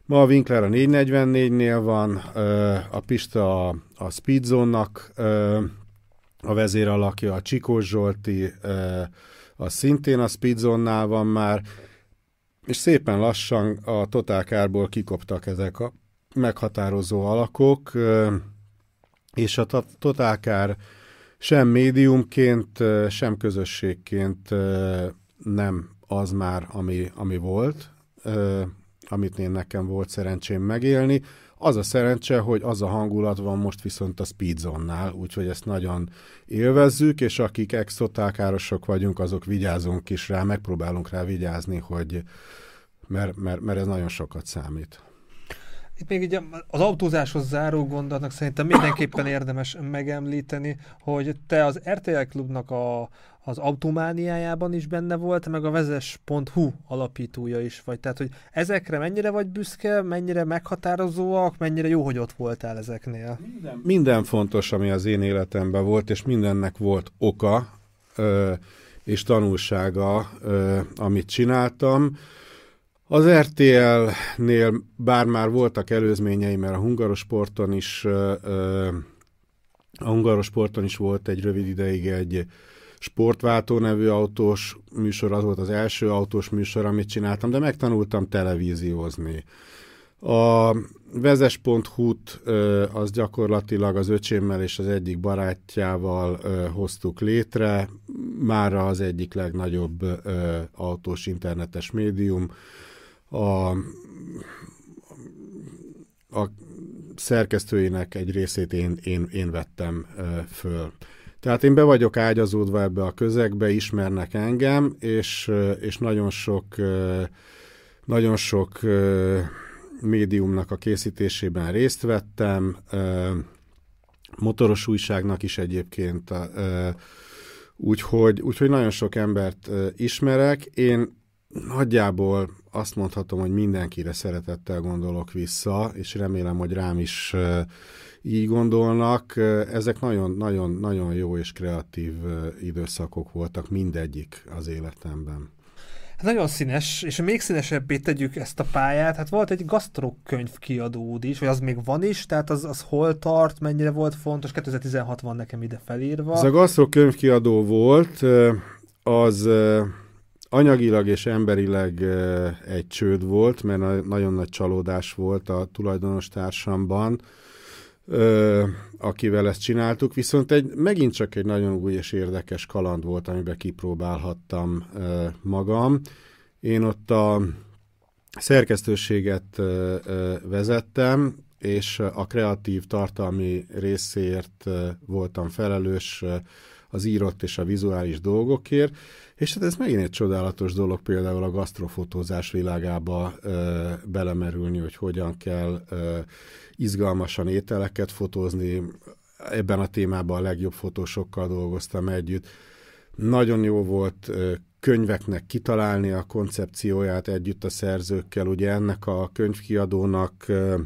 Ma a Winkler a négyszáznegyvennégynél van, a Pista a, a Speedzone-nak a vezéralakja, a Csikós Zsolti, az szintén a Speedzone-nál van már, és szépen lassan a Total Car-ból kikoptak ezek a meghatározó alakok, és a Total Car sem médiumként, sem közösségként nem az már, ami, ami volt, amit én nekem volt szerencsém megélni. Az a szerencse, hogy az a hangulat van most viszont a Speedzone-nál, úgyhogy ezt nagyon élvezzük, és akik ex-Total Car-osok vagyunk, azok vigyázunk is rá, megpróbálunk rá vigyázni, hogy mert, mert, mert ez nagyon sokat számít. Itt még ugye az autózáshoz záró gondolatnak szerintem mindenképpen érdemes megemlíteni, hogy te az er té el Klubnak a, az automániájában is benne volt, meg a vezes pont hu alapítója is vagy. Tehát, hogy ezekre mennyire vagy büszke, mennyire meghatározóak, mennyire jó, hogy ott voltál ezeknél? Minden, minden fontos, ami az én életemben volt, és mindennek volt oka ö, és tanulsága, ö, amit csináltam. Az er té el-nél bár már voltak előzményei, mert a Hungarosporton is, a Hungarosporton is volt egy rövid ideig egy Sportváltó nevű autós műsor, az volt az első autós műsor, amit csináltam, de megtanultam televíziózni. A vezes pont hu-t az gyakorlatilag az öcsémmel és az egyik barátjával hoztuk létre, mára az egyik legnagyobb autós internetes médium. A, a szerkesztőinek egy részét én, én, én vettem föl. Tehát én be vagyok ágyazódva ebbe a közegbe, ismernek engem, és, és nagyon sok, nagyon sok médiumnak a készítésében részt vettem, motoros újságnak is egyébként, úgyhogy, úgyhogy nagyon sok embert ismerek. Én nagyjából azt mondhatom, hogy mindenkire szeretettel gondolok vissza, és remélem, hogy rám is így gondolnak. Ezek nagyon-nagyon jó és kreatív időszakok voltak, mindegyik az életemben. Hát nagyon színes, és még színesebbé tegyük ezt a pályát. Hát volt egy gasztrokönyv kiadód is, vagy az még van is, tehát az, az hol tart, mennyire volt fontos? kétezer-tizenhat van nekem ide felírva. Ez a gasztrokönyv kiadó volt, az anyagilag és emberileg egy csőd volt, mert nagyon nagy csalódás volt a tulajdonos társamban, akivel ezt csináltuk, viszont egy, megint csak egy nagyon új és érdekes kaland volt, amiben kipróbálhattam magam. Én ott a szerkesztőséget vezettem, és a kreatív tartalmi részért voltam felelős az írott és a vizuális dolgokért, és hát ez megint egy csodálatos dolog például a gasztrofotózás világába ö, belemerülni, hogy hogyan kell ö, izgalmasan ételeket fotózni. Ebben a témában a legjobb fotósokkal dolgoztam együtt. Nagyon jó volt ö, könyveknek kitalálni a koncepcióját együtt a szerzőkkel. Ugye ennek a könyvkiadónak ö,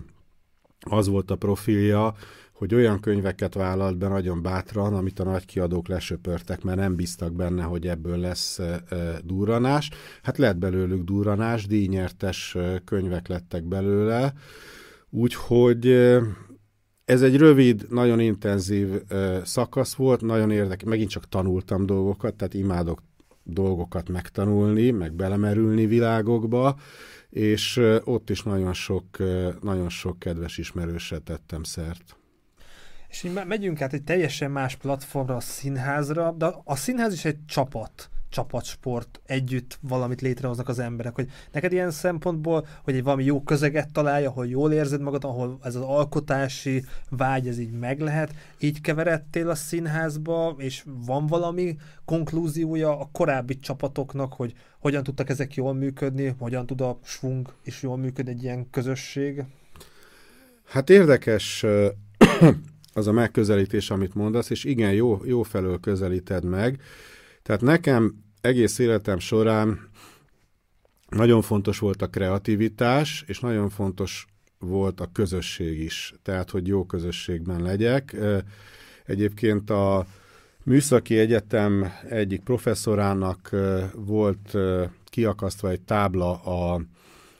az volt a profilja, hogy olyan könyveket vállalt be nagyon bátran, amit a nagykiadók lesöpörtek, mert nem bíztak benne, hogy ebből lesz e, e, durranás. Hát lett belőlük durranás, díjnyertes könyvek lettek belőle, úgyhogy e, ez egy rövid, nagyon intenzív e, szakasz volt, nagyon érdekes, megint csak tanultam dolgokat, tehát imádok dolgokat megtanulni, meg belemerülni világokba, és e, ott is nagyon sok, e, nagyon sok kedves ismerősre tettem szert. És így megyünk át egy teljesen más platformra, a színházra, de a színház is egy csapat, csapatsport, együtt valamit létrehoznak az emberek, hogy neked ilyen szempontból, hogy egy valami jó közeget találj, ahol jól érzed magad, ahol ez az alkotási vágy, ez így meg lehet, így keveredtél a színházba, és van valami konklúziója a korábbi csapatoknak, hogy hogyan tudtak ezek jól működni, hogyan tud a svung is jól működni egy ilyen közösség? Hát érdekes az a megközelítés, amit mondasz, és igen, jó, jó felől közelíted meg. Tehát nekem egész életem során nagyon fontos volt a kreativitás, és nagyon fontos volt a közösség is. Tehát, hogy jó közösségben legyek. Egyébként a Műszaki Egyetem egyik professzorának volt kiakasztva egy tábla a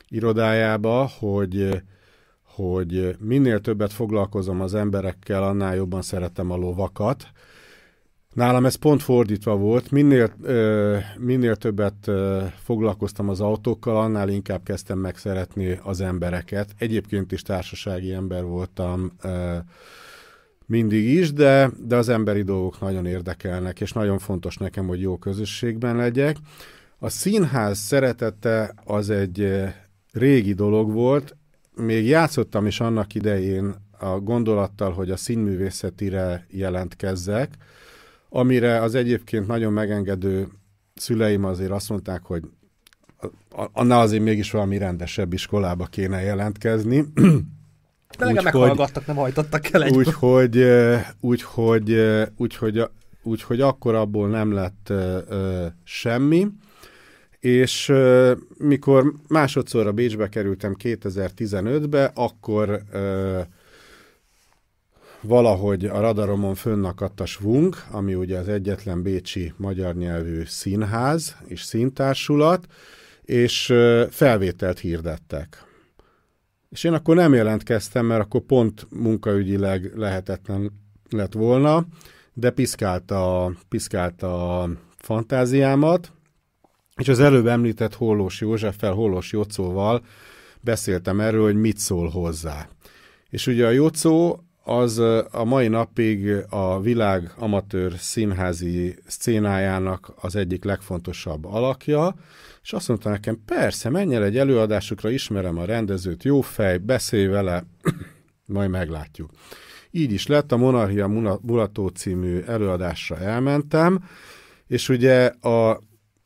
irodájába, hogy, hogy minél többet foglalkozom az emberekkel, annál jobban szeretem a lovakat. Nálam ez pont fordítva volt, minél, minél többet foglalkoztam az autókkal, annál inkább kezdtem megszeretni az embereket. Egyébként is társasági ember voltam mindig is, de, de az emberi dolgok nagyon érdekelnek, és nagyon fontos nekem, hogy jó közösségben legyek. A színház szeretete az egy régi dolog volt, még játszottam is annak idején a gondolattal, hogy a színművészetire jelentkezzek, amire az egyébként nagyon megengedő szüleim azért azt mondták, hogy annál azért mégis valami rendesebb iskolába kéne jelentkezni. De legalább meghallgattak, nem hajtottak el egyből. Úgyhogy úgy, úgy, úgy, úgy, úgy, úgy akkor abból nem lett uh, semmi, és uh, mikor másodszorra Bécsbe kerültem kétezer-tizenötbe, akkor uh, valahogy a radaromon fönnakadt a Schwung, ami ugye az egyetlen bécsi magyar nyelvű színház és színtársulat, és uh, felvételt hirdettek. És én akkor nem jelentkeztem, mert akkor pont munkaügyileg lehetetlen lett volna, de piszkálta, piszkálta a fantáziámat, és az előbb említett Hollós Józseffel, Hollós Jocóval beszéltem erről, hogy mit szól hozzá. És ugye a Jocó az a mai napig a világ amatőr színházi szcénájának az egyik legfontosabb alakja, és azt mondta nekem, persze, menj el egy előadásukra, ismerem a rendezőt, jó fej, beszélj vele, majd meglátjuk. Így is lett, a Monarchia Mulató című előadásra elmentem, és ugye a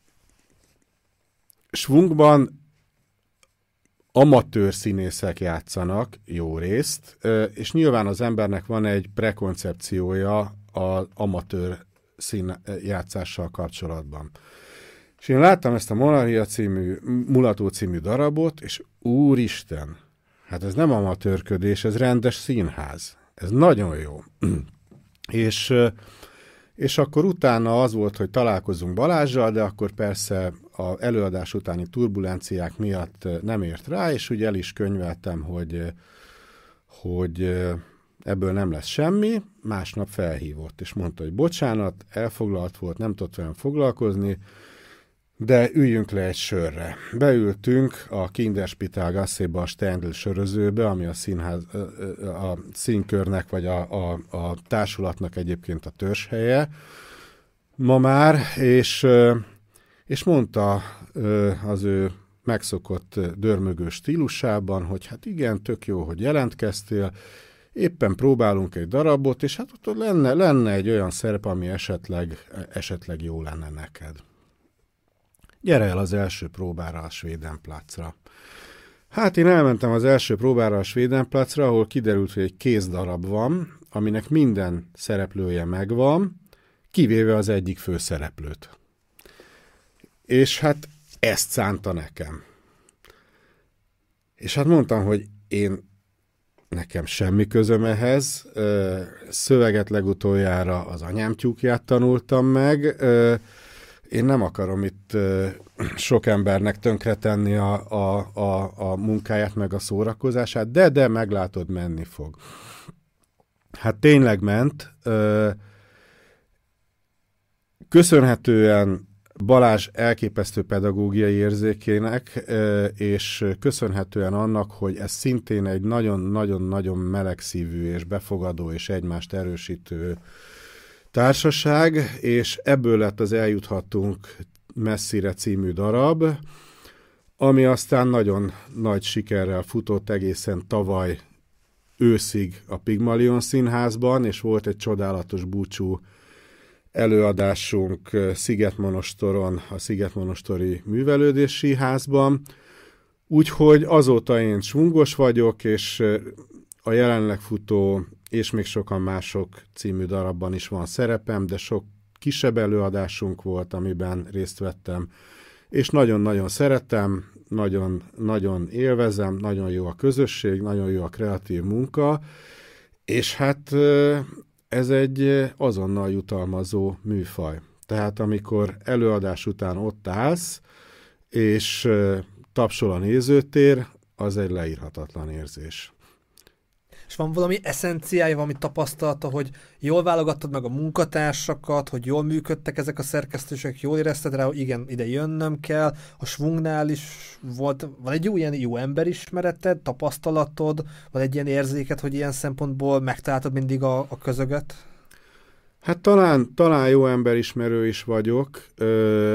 Schwungban amatőr színészek játszanak jó részt, és nyilván az embernek van egy prekoncepciója az amatőr színjátszással kapcsolatban. És én láttam ezt a Monarchia című, Mulató című darabot, és úristen, hát ez nem amatőrködés, ez rendes színház. Ez nagyon jó. és, és akkor utána az volt, hogy találkozunk Balázsral, de akkor persze az előadás utáni turbulenciák miatt nem ért rá, és ugye el is könyveltem, hogy, hogy ebből nem lesz semmi. Másnap felhívott, és mondta, hogy bocsánat, elfoglalt volt, nem tudott velem foglalkozni, de üljünk le egy sörre. Beültünk a Kinderspital Gasséba, a Stendl sörözőbe, ami a, színház, a színkörnek, vagy a, a, a társulatnak egyébként a törzshelye ma már, és, és mondta az ő megszokott dörmögő stílusában, hogy hát igen, tök jó, hogy jelentkeztél, éppen próbálunk egy darabot, és hát ott lenne, lenne egy olyan szerep, ami esetleg, esetleg jó lenne neked. Gyere el az első próbára a Swedenplatzra. Hát én elmentem az első próbára a Swedenplatzra, ahol kiderült, hogy egy kézdarab van, aminek minden szereplője megvan, kivéve az egyik főszereplőt. És hát ezt szánta nekem. És hát mondtam, hogy én nekem semmi közöm ehhez, szöveget legutoljára az anyám tyúkját tanultam meg, én nem akarom itt sok embernek tönkretenni a, a, a, a munkáját, meg a szórakozását, de, de meglátod, menni fog. Hát tényleg ment. Köszönhetően Balázs elképesztő pedagógiai érzékének, és köszönhetően annak, hogy ez szintén egy nagyon-nagyon-nagyon melegszívű és befogadó és egymást erősítő társaság, és ebből lett az Eljuthattunk messzire című darab, ami aztán nagyon nagy sikerrel futott egészen tavaly őszig a Pygmalion Színházban, és volt egy csodálatos búcsú előadásunk Szigetmonostoron, a Szigetmonostori Művelődési Házban. Úgyhogy azóta én svungos vagyok, és a jelenleg futó és még sokan mások című darabban is van szerepem, de sok kisebb előadásunk volt, amiben részt vettem, és nagyon-nagyon szeretem, nagyon, nagyon élvezem, nagyon jó a közösség, nagyon jó a kreatív munka, és hát ez egy azonnal jutalmazó műfaj. Tehát amikor előadás után ott állsz, és tapsol a nézőtér, az egy leírhatatlan érzés. És van valami eszenciája, valami tapasztalata, hogy jól válogattad meg a munkatársakat, hogy jól működtek ezek a szerkesztősök, jól érezted rá, hogy igen, ide jönnöm kell. A Schwungnál is volt, van egy jó, ilyen jó emberismereted, tapasztalatod, van egy ilyen érzéket, hogy ilyen szempontból megtaláltad mindig a, a közöget? Hát talán, talán jó emberismerő is vagyok. Ö,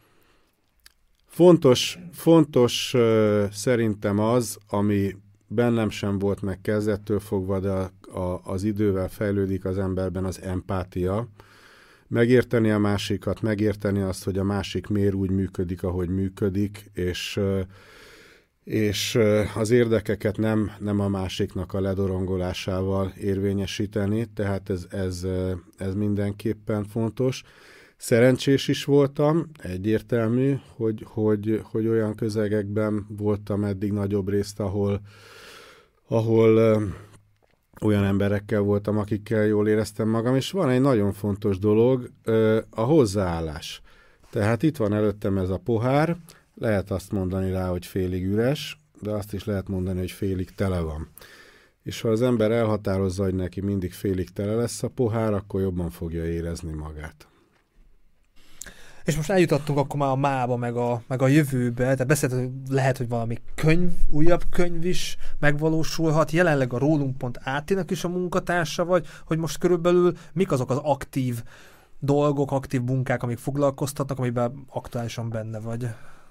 fontos, fontos ö, szerintem az, ami bennem sem volt meg kezdettől fogva, de a, a, az idővel fejlődik az emberben az empátia. Megérteni a másikat, megérteni azt, hogy a másik miért úgy működik, ahogy működik, és, és az érdekeket nem, nem a másiknak a ledorongolásával érvényesíteni, tehát ez, ez, ez mindenképpen fontos. Szerencsés is voltam, egyértelmű, hogy, hogy, hogy olyan közegekben voltam eddig nagyobb részt, ahol, ahol ö, olyan emberekkel voltam, akikkel jól éreztem magam, és van egy nagyon fontos dolog, ö, a hozzáállás. Tehát itt van előttem ez a pohár, lehet azt mondani rá, hogy félig üres, de azt is lehet mondani, hogy félig tele van. És ha az ember elhatározza, hogy neki mindig félig tele lesz a pohár, akkor jobban fogja érezni magát. És most eljutottunk akkor már a mába, meg a, meg a jövőbe, tehát beszélted, hogy lehet, hogy valami könyv, újabb könyv is megvalósulhat, jelenleg a rólunk pont á-nek is a munkatársa vagy, hogy most körülbelül mik azok az aktív dolgok, aktív munkák, amik foglalkoztatnak, amiben aktuálisan benne vagy?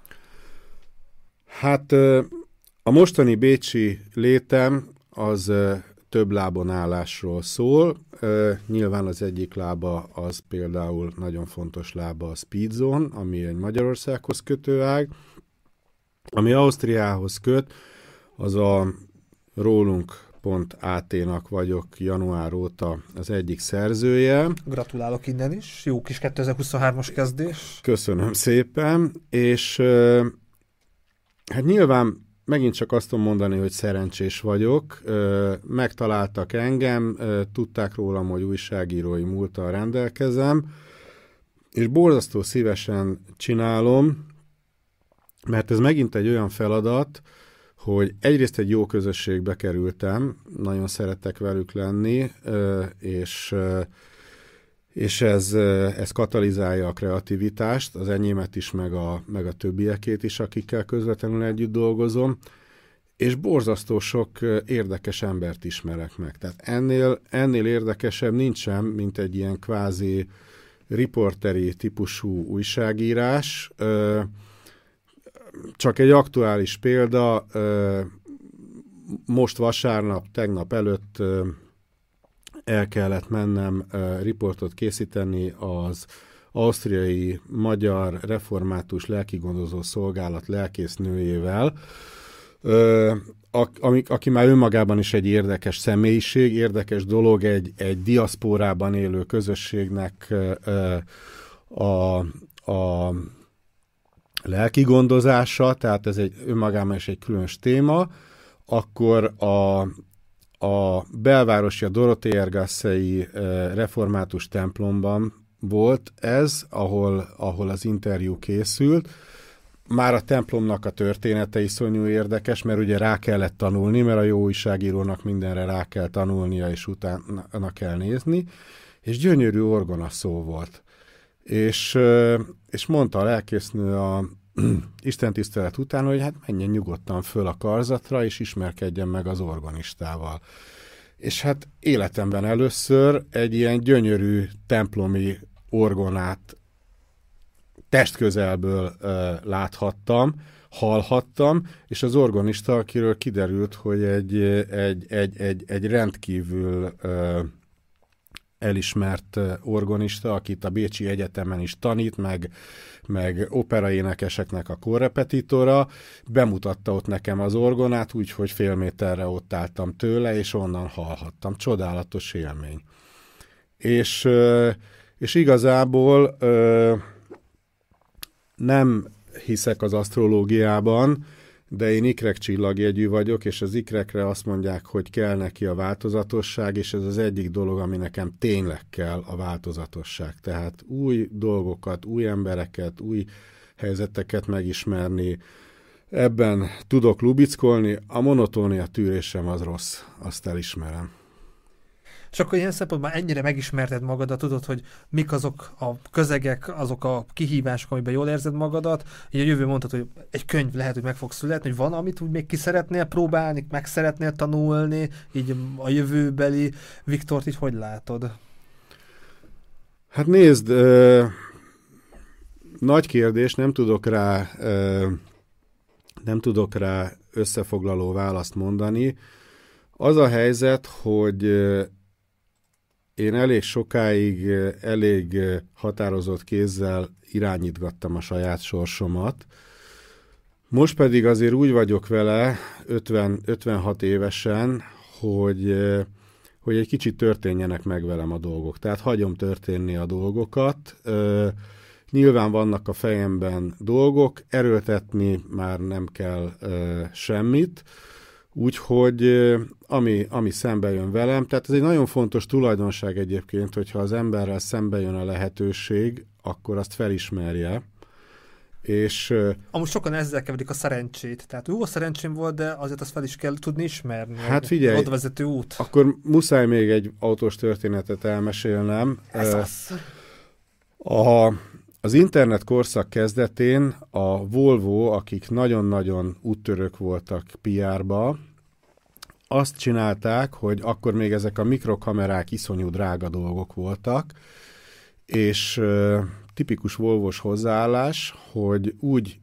Hát a mostani bécsi létem az több lábon állásról szól. Uh, nyilván az egyik lába az például nagyon fontos lába a Speedzone, ami egy Magyarországhoz kötő ág. Ami Ausztriához köt, az a rólunk pont á-nak vagyok január óta az egyik szerzője. Gratulálok innen is, jó kis kétezer-huszonhármas kezdés. Köszönöm szépen, és uh, hát nyilván megint csak azt tudom mondani, hogy szerencsés vagyok. Megtaláltak engem, tudták rólam, hogy újságírói múlttal rendelkezem, és borzasztó szívesen csinálom, mert ez megint egy olyan feladat, hogy egyrészt egy jó közösségbe kerültem, nagyon szeretek velük lenni, és, és ez, ez katalizálja a kreativitást, az enyémet is, meg a, meg a többiekét is, akikkel közvetlenül együtt dolgozom, és borzasztó sok érdekes embert ismerek meg. Tehát ennél, ennél érdekesebb nincsen, mint egy ilyen kvázi riporteri típusú újságírás. Csak egy aktuális példa, most vasárnap, tegnap előtt el kellett mennem uh, riportot készíteni az ausztriai magyar református lelkigondozó szolgálat lelkésznőjével, uh, aki, aki már önmagában is egy érdekes személyiség, érdekes dolog, egy, egy diaszpórában élő közösségnek uh, a, a lelkigondozása, tehát ez egy önmagában is egy különös téma, akkor a A belvárosi, a Dorothea-Gasszei református templomban volt ez, ahol, ahol az interjú készült. Már a templomnak a története iszonyú érdekes, mert ugye rá kellett tanulni, mert a jó újságírónak mindenre rá kell tanulnia, és utána kell nézni, és gyönyörű orgona szó volt. És, és mondta a lelkésznő a istentisztelet után, hogy hát menjen nyugodtan föl a karzatra, és ismerkedjen meg az organistával. És hát életemben először egy ilyen gyönyörű templomi orgonát testközelből uh, láthattam, hallhattam, és az organista, akiről kiderült, hogy egy, egy, egy, egy, egy rendkívül uh, elismert organista, akit a Bécsi Egyetemen is tanít, meg, meg operaénekeseknek a korrepetitora, bemutatta ott nekem az orgonát, úgyhogy fél méterre ott álltam tőle, és onnan hallhattam. Csodálatos élmény. És, és igazából nem hiszek az asztrológiában, de én ikrek csillagjegyű vagyok, és az ikrekre azt mondják, hogy kell neki a változatosság, és ez az egyik dolog, ami nekem tényleg kell, a változatosság. Tehát új dolgokat, új embereket, új helyzeteket megismerni, ebben tudok lubickolni, a monotónia tűrésem az rossz, azt elismerem. És akkor ilyen szempontból már ennyire megismerted magadat, tudod, hogy mik azok a közegek, azok a kihívások, amiben jól érzed magadat. Így a jövő mondtad, hogy egy könyv lehet, hogy meg fog születni, hogy van, amit úgy még ki szeretnél próbálni, meg szeretnél tanulni, így a jövőbeli Viktort így hogy látod? Hát nézd, ö, nagy kérdés, nem tudok rá, ö, nem tudok rá összefoglaló választ mondani. Az a helyzet, hogy én elég sokáig, elég határozott kézzel irányítgattam a saját sorsomat. Most pedig azért úgy vagyok vele, ötven, ötvenhat évesen, hogy, hogy egy kicsit történjenek meg velem a dolgok. Tehát hagyom történni a dolgokat. Nyilván vannak a fejemben dolgok, erőltetni már nem kell semmit. Úgyhogy ami, ami szembe jön velem, tehát ez egy nagyon fontos tulajdonság egyébként, hogyha az emberrel szembe jön a lehetőség, akkor azt felismerje. És, amúgy sokan ezzel keverik a szerencsét. Tehát jó, a szerencsém volt, de azért azt fel is kell tudni ismerni. Hát figyelj, oda vezető út. Akkor muszáj még egy autós történetet elmesélnem. Ez az. A, az internet korszak kezdetén a Volvo, akik nagyon-nagyon úttörők voltak pé er-ba, azt csinálták, hogy akkor még ezek a mikrokamerák iszonyú drága dolgok voltak, és uh, tipikus Volvos hozzáállás, hogy úgy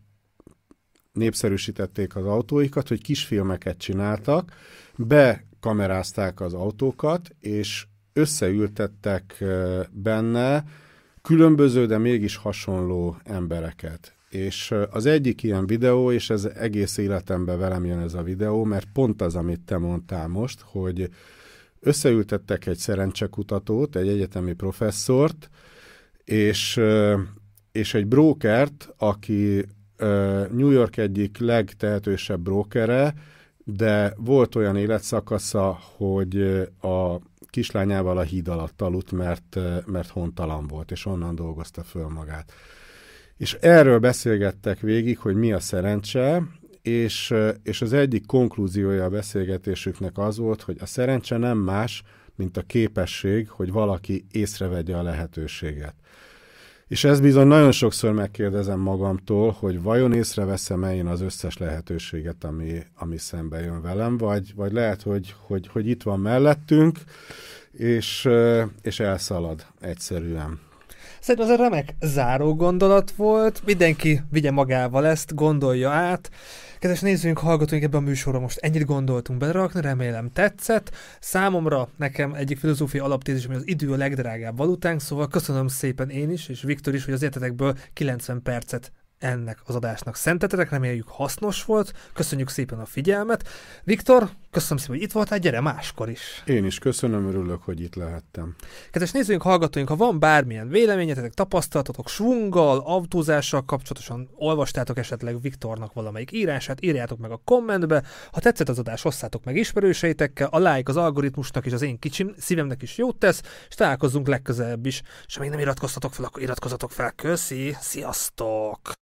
népszerűsítették az autóikat, hogy kisfilmeket csináltak, bekamerázták az autókat, és összeültettek uh, benne különböző, de mégis hasonló embereket. És az egyik ilyen videó, és ez egész életemben velem jön ez a videó, mert pont az, amit te mondtál most, hogy összeültettek egy szerencsekutatót, egy egyetemi professzort, és, és egy brókert, aki New York egyik legtehetősebb brókere, de volt olyan életszakasza, hogy a kislányával a híd alatt aludt, mert, mert hontalan volt, és onnan dolgozta föl magát. És erről beszélgettek végig, hogy mi a szerencse, és, és az egyik konklúziója a beszélgetésüknek az volt, hogy a szerencse nem más, mint a képesség, hogy valaki észrevegye a lehetőséget. És ezt bizony nagyon sokszor megkérdezem magamtól, hogy vajon észreveszem-e én az összes lehetőséget, ami, ami szembe jön velem, vagy, vagy lehet, hogy, hogy, hogy itt van mellettünk, és, és elszalad egyszerűen. Szerintem ez a remek záró gondolat volt. Mindenki vigye magával ezt, gondolja át. Kedves nézőink, hallgatóink, ebben a műsorra most ennyit gondoltunk belerakni, remélem tetszett. Számomra nekem egyik filozófiai alaptézis, hogy az idő a legdrágább valutánk, szóval köszönöm szépen én is, és Viktor is, hogy az életetekből kilencven percet ennek az adásnak szenteltetek, reméljük hasznos volt, köszönjük szépen a figyelmet. Viktor, köszönöm szépen, hogy itt voltál, gyere máskor is. Én is köszönöm, örülök, hogy itt lehettem. Kedves nézőink, hallgatóink, ha van bármilyen véleményetek, tapasztalatotok svunggal, autózással kapcsolatosan, olvastátok esetleg Viktornak valamelyik írását, írjátok meg a kommentbe. Ha tetszett az adás, osszátok meg ismerőseitekkel, a like az algoritmusnak és az én kicsim szívemnek is jót tesz, és találkozzunk legközelebb is. És ha még nem iratkoztatok fel, akkor iratkozzatok fel, köszi, sziasztok!